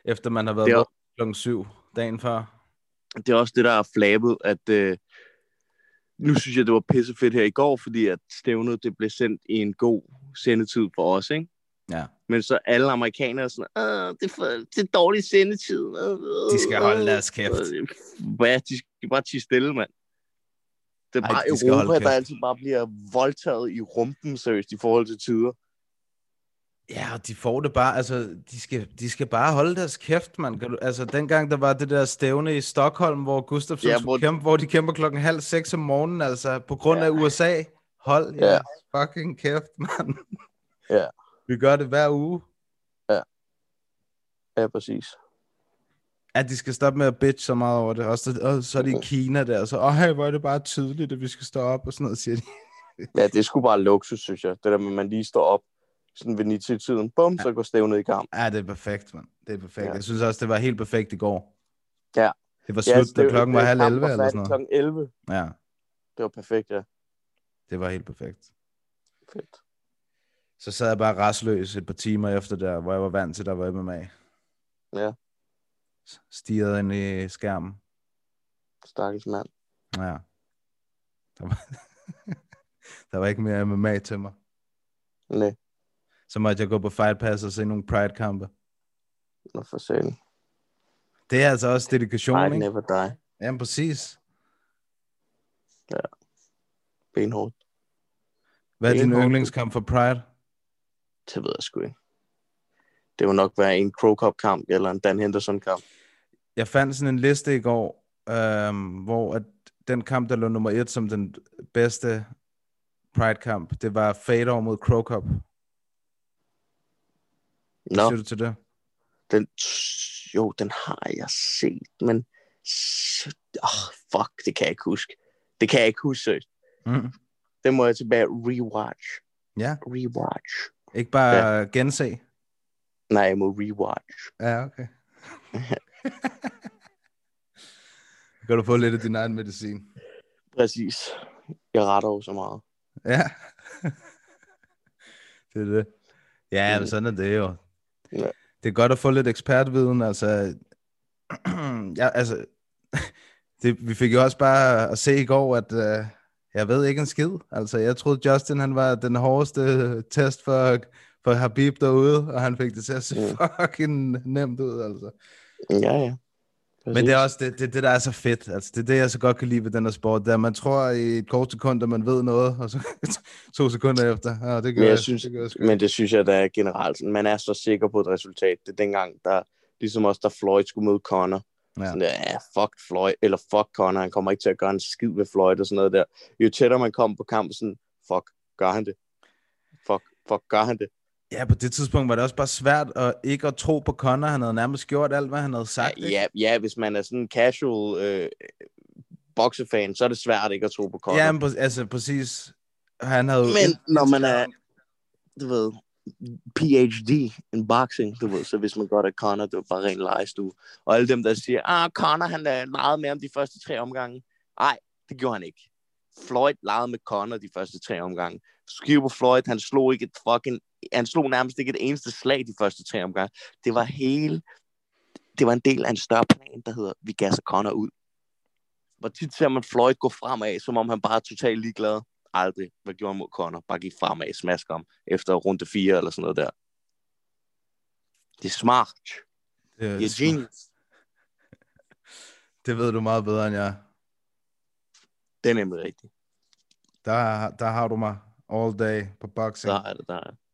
[SPEAKER 6] efter man har været
[SPEAKER 5] Det er-
[SPEAKER 6] vågen klokken syv dagen før.
[SPEAKER 5] Det er også det, der er flabet, at øh, nu synes jeg, det var pissefedt her i går, fordi at stævnet det blev sendt i en god sendetid for os, ikke?
[SPEAKER 6] Ja.
[SPEAKER 5] Men så alle amerikanere er sådan, Åh, det, er for, det er dårlig sendetid.
[SPEAKER 6] De skal holde deres kæft.
[SPEAKER 5] Ja, de skal bare tie stille, mand. Det er
[SPEAKER 6] Ej,
[SPEAKER 5] bare
[SPEAKER 6] de skal holde
[SPEAKER 5] Europa,
[SPEAKER 6] kæft.
[SPEAKER 5] der altid bare bliver voldtaget i rumpen, seriøst, i forhold til tider.
[SPEAKER 6] Ja, og de får det bare, altså, de skal, de skal bare holde deres kæft, mand. Kan du, altså, dengang der var det der stævne i Stockholm, hvor Gustafsson
[SPEAKER 5] Ja,
[SPEAKER 6] ja,
[SPEAKER 5] hvor-
[SPEAKER 6] skulle kæmpe, hvor de kæmper klokken halv seks om morgenen, altså, på grund
[SPEAKER 5] Ja.
[SPEAKER 6] af U S A. Hold
[SPEAKER 5] Ja.
[SPEAKER 6] ja. fucking kæft, mand.
[SPEAKER 5] Ja.
[SPEAKER 6] Vi gør det hver uge.
[SPEAKER 5] Ja, præcis.
[SPEAKER 6] At de skal stoppe med at bitch så meget over det. Og så, og så er det i Kina der, så, åh, hey, hvor er det bare tydeligt, at vi skal stå op, og sådan noget, siger de.
[SPEAKER 5] Ja, det er sgu bare luksus, synes jeg. Det der med, at man lige står op sådan ved ni-tiden. Bum, så går stævnet i gang.
[SPEAKER 6] Ja, det er perfekt, mand. Det er perfekt.
[SPEAKER 5] Ja.
[SPEAKER 6] Jeg synes også, det var helt perfekt i går.
[SPEAKER 5] Ja.
[SPEAKER 6] Det var slut, da klokken var halv
[SPEAKER 5] kampen
[SPEAKER 6] elleve, eller
[SPEAKER 5] færdig
[SPEAKER 6] sådan noget.
[SPEAKER 5] klokken elleve.
[SPEAKER 6] Ja,
[SPEAKER 5] Det var perfekt, ja.
[SPEAKER 6] det var helt perfekt.
[SPEAKER 5] Fedt.
[SPEAKER 6] Så sad jeg bare rastløs et par timer efter der, hvor jeg var vant til, at der var M M A.
[SPEAKER 5] Ja.
[SPEAKER 6] Stirrede ind i skærmen.
[SPEAKER 5] Stakkels mand.
[SPEAKER 6] Ja. Der var, der var ikke mere M M A til mig.
[SPEAKER 5] Nej,
[SPEAKER 6] Så måtte jeg gå på Fight Pass og se nogle Pride-kampe.
[SPEAKER 5] nå for salen.
[SPEAKER 6] Det er altså også dedikation,
[SPEAKER 5] I'd
[SPEAKER 6] ikke?
[SPEAKER 5] never die.
[SPEAKER 6] Jamen, præcis.
[SPEAKER 5] Benhårdt.
[SPEAKER 6] Hvad er din
[SPEAKER 5] Benhårdt.
[SPEAKER 6] yndlingskamp for Pride?
[SPEAKER 5] Det ved jeg sgu ikke. Det vil nok være en Crow Cup-kamp, eller en Dan Henderson-kamp.
[SPEAKER 6] Jeg fandt sådan en liste i går, øhm, hvor at den kamp, der lå nummer et som den bedste Pride-kamp, det var Fedor mod Crow Cup. Hvad
[SPEAKER 5] Nå,
[SPEAKER 6] siger du til det?
[SPEAKER 5] den, jo, den har jeg set, men oh, fuck, det kan jeg ikke huske. Det kan jeg ikke huske, seriøst.
[SPEAKER 6] Mm.
[SPEAKER 5] Den må jeg tilbage rewatch.
[SPEAKER 6] Ja,
[SPEAKER 5] Rewatch.
[SPEAKER 6] ikke bare ja. gense.
[SPEAKER 5] Nej, jeg må rewatch.
[SPEAKER 6] Ja, okay. Kan du få lidt af din egen medicin?
[SPEAKER 5] Præcis. Jeg retter jo så meget.
[SPEAKER 6] Ja. Det er det. Ja, men sådan er det jo.
[SPEAKER 5] Ja.
[SPEAKER 6] Det er godt at få lidt ekspertviden, altså... ja, altså... det, vi fik jo også bare at se i går, at uh, jeg ved ikke en skid. Altså, jeg troede Justin, han var den hårdeste test for, for Habib derude, og han fik det til at se
[SPEAKER 5] Mm.
[SPEAKER 6] fucking nemt ud, altså.
[SPEAKER 5] Ja, ja. Præcis.
[SPEAKER 6] Men det er også det, det, det, der er så fedt. Altså, det er det, jeg så godt kan lide ved den her sport. Det er, at man tror i et kort sekund, at man ved noget, og så to sekunder efter. Ja, det gør
[SPEAKER 5] Men jeg
[SPEAKER 6] jeg,
[SPEAKER 5] synes,
[SPEAKER 6] det gør jeg sgu.
[SPEAKER 5] men det synes jeg, der er generelt. sådan, Man er så sikker på et resultat. Det er dengang, der ligesom også, der Floyd skulle møde Conor.
[SPEAKER 6] Ja.
[SPEAKER 5] Sådan der, ja, fuck Floyd, eller fuck Conor, han kommer ikke til at gøre en skid ved Floyd og sådan noget der. Jo tættere man kommer på kampen, sådan, fuck, gør han det? Fuck, fuck, gør han det?
[SPEAKER 6] Ja, på det tidspunkt var det også bare svært at ikke at tro på Conor. Han havde nærmest gjort alt, hvad han havde sagt.
[SPEAKER 5] Ja, ja, ja, hvis man er sådan en casual øh, boksefan, så er det svært ikke at tro på Conor.
[SPEAKER 6] Ja, men, præ- altså præcis. Han havde jo
[SPEAKER 5] Men
[SPEAKER 6] ind-
[SPEAKER 5] når man er, du ved, P H D in boxing, du ved, så hvis man godt er Conor, det var bare ren legestue. Og alle dem, der siger, ah, Conor, han er legede med om de første tre omgange. Nej, det gjorde han ikke. Floyd legede med Conor de første tre omgange. Skive på Floyd, han slog ikke et fucking, han slog nærmest ikke et eneste slag de første tre omgange. Det var hele, det var en del af en større plan, der hedder, vi gasser Conor ud. Hvor tit ser man Floyd gå fremad, som om han bare er totalt ligeglad. Aldrig. Hvad gjorde han mod Conor? Bare gik fremad, smasker ham efter runde fire eller sådan noget der. Det er smart.
[SPEAKER 6] Det, er-
[SPEAKER 5] Det er genius.
[SPEAKER 6] det ved du meget bedre end jeg.
[SPEAKER 5] Det er nemlig rigtigt.
[SPEAKER 6] Der, der har du mig all day på boxing.
[SPEAKER 5] Der er det, der er det.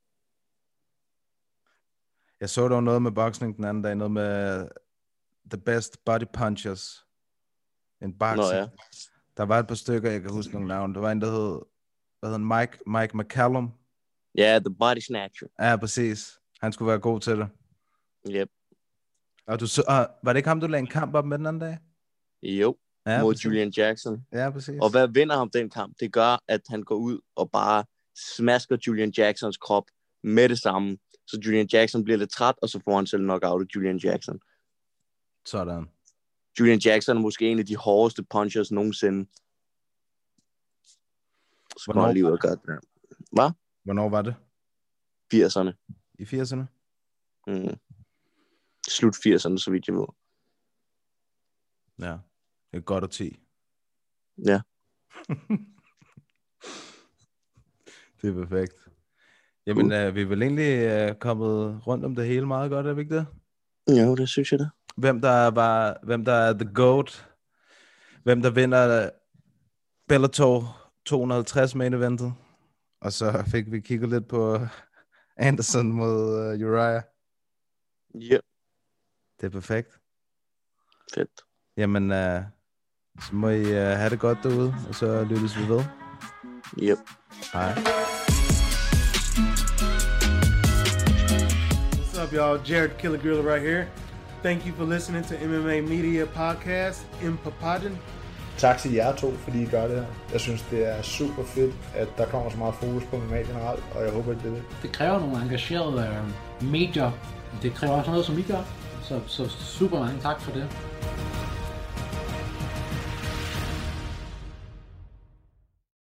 [SPEAKER 6] Jeg så der noget med boxing den anden dag, noget med the best body punchers in boxing.
[SPEAKER 5] Nå ja.
[SPEAKER 6] Der var et par stykker, jeg kan huske nogle navne. Der var en, der hed, hvad hed han? Mike, Mike McCallum.
[SPEAKER 5] Ja, The Body Snatcher.
[SPEAKER 6] Ja, præcis. Han skulle være god til det.
[SPEAKER 5] Yep.
[SPEAKER 6] Og du så, uh, var det ikke ham, du lagde en kamp op med den anden dag?
[SPEAKER 5] Jo,
[SPEAKER 6] Ja,
[SPEAKER 5] mod
[SPEAKER 6] præcis.
[SPEAKER 5] Julian Jackson.
[SPEAKER 6] Ja, præcis.
[SPEAKER 5] Og hvad vinder ham den kamp? Det gør, at han går ud og bare smasker Julian Jacksons krop med det samme. Så Julian Jackson bliver lidt træt, og så får han selv knockout af Julian Jackson.
[SPEAKER 6] Sådan.
[SPEAKER 5] Julian Jackson er måske en af de hårdeste punchers nogensinde. Så går
[SPEAKER 6] Hvornår?
[SPEAKER 5] han lige ud og gør det der. Hvad?
[SPEAKER 6] Hvornår var det?
[SPEAKER 5] firserne.
[SPEAKER 6] I firserne?
[SPEAKER 5] Mm. slut firserne, så vidt jeg ved.
[SPEAKER 6] Ja, det er godt og ti.
[SPEAKER 5] Ja.
[SPEAKER 6] Det er perfekt. Jamen, cool. øh, vi er vel egentlig øh, kommet rundt om det hele meget godt, er vi ikke det?
[SPEAKER 5] Jo, det synes jeg da.
[SPEAKER 6] Hvem der var, hvem der er the GOAT, hvem der vinder Bellator to hundrede og halvtreds main eventet, og så fik vi kigget lidt på Anderson mod uh, Uriah.
[SPEAKER 5] Ja. Yep.
[SPEAKER 6] Det er perfekt.
[SPEAKER 5] Fedt.
[SPEAKER 6] Jamen, uh, så må I uh, have det godt derude, og så lyttes vi ved.
[SPEAKER 5] Yep.
[SPEAKER 6] Hej.
[SPEAKER 1] What's up, y'all? Jared Killer Gorilla right here. Thank you for listening to M M A Media Podcast in Papadon.
[SPEAKER 2] Tak til jer to, fordi I gør det her. Jeg synes, det er super fedt, at der kommer så meget fokus på M M A generelt, og jeg håber, at det er det.
[SPEAKER 7] Det kræver nogle engagerede medier. Det kræver også noget, som I gør. Så, så super mange tak for det.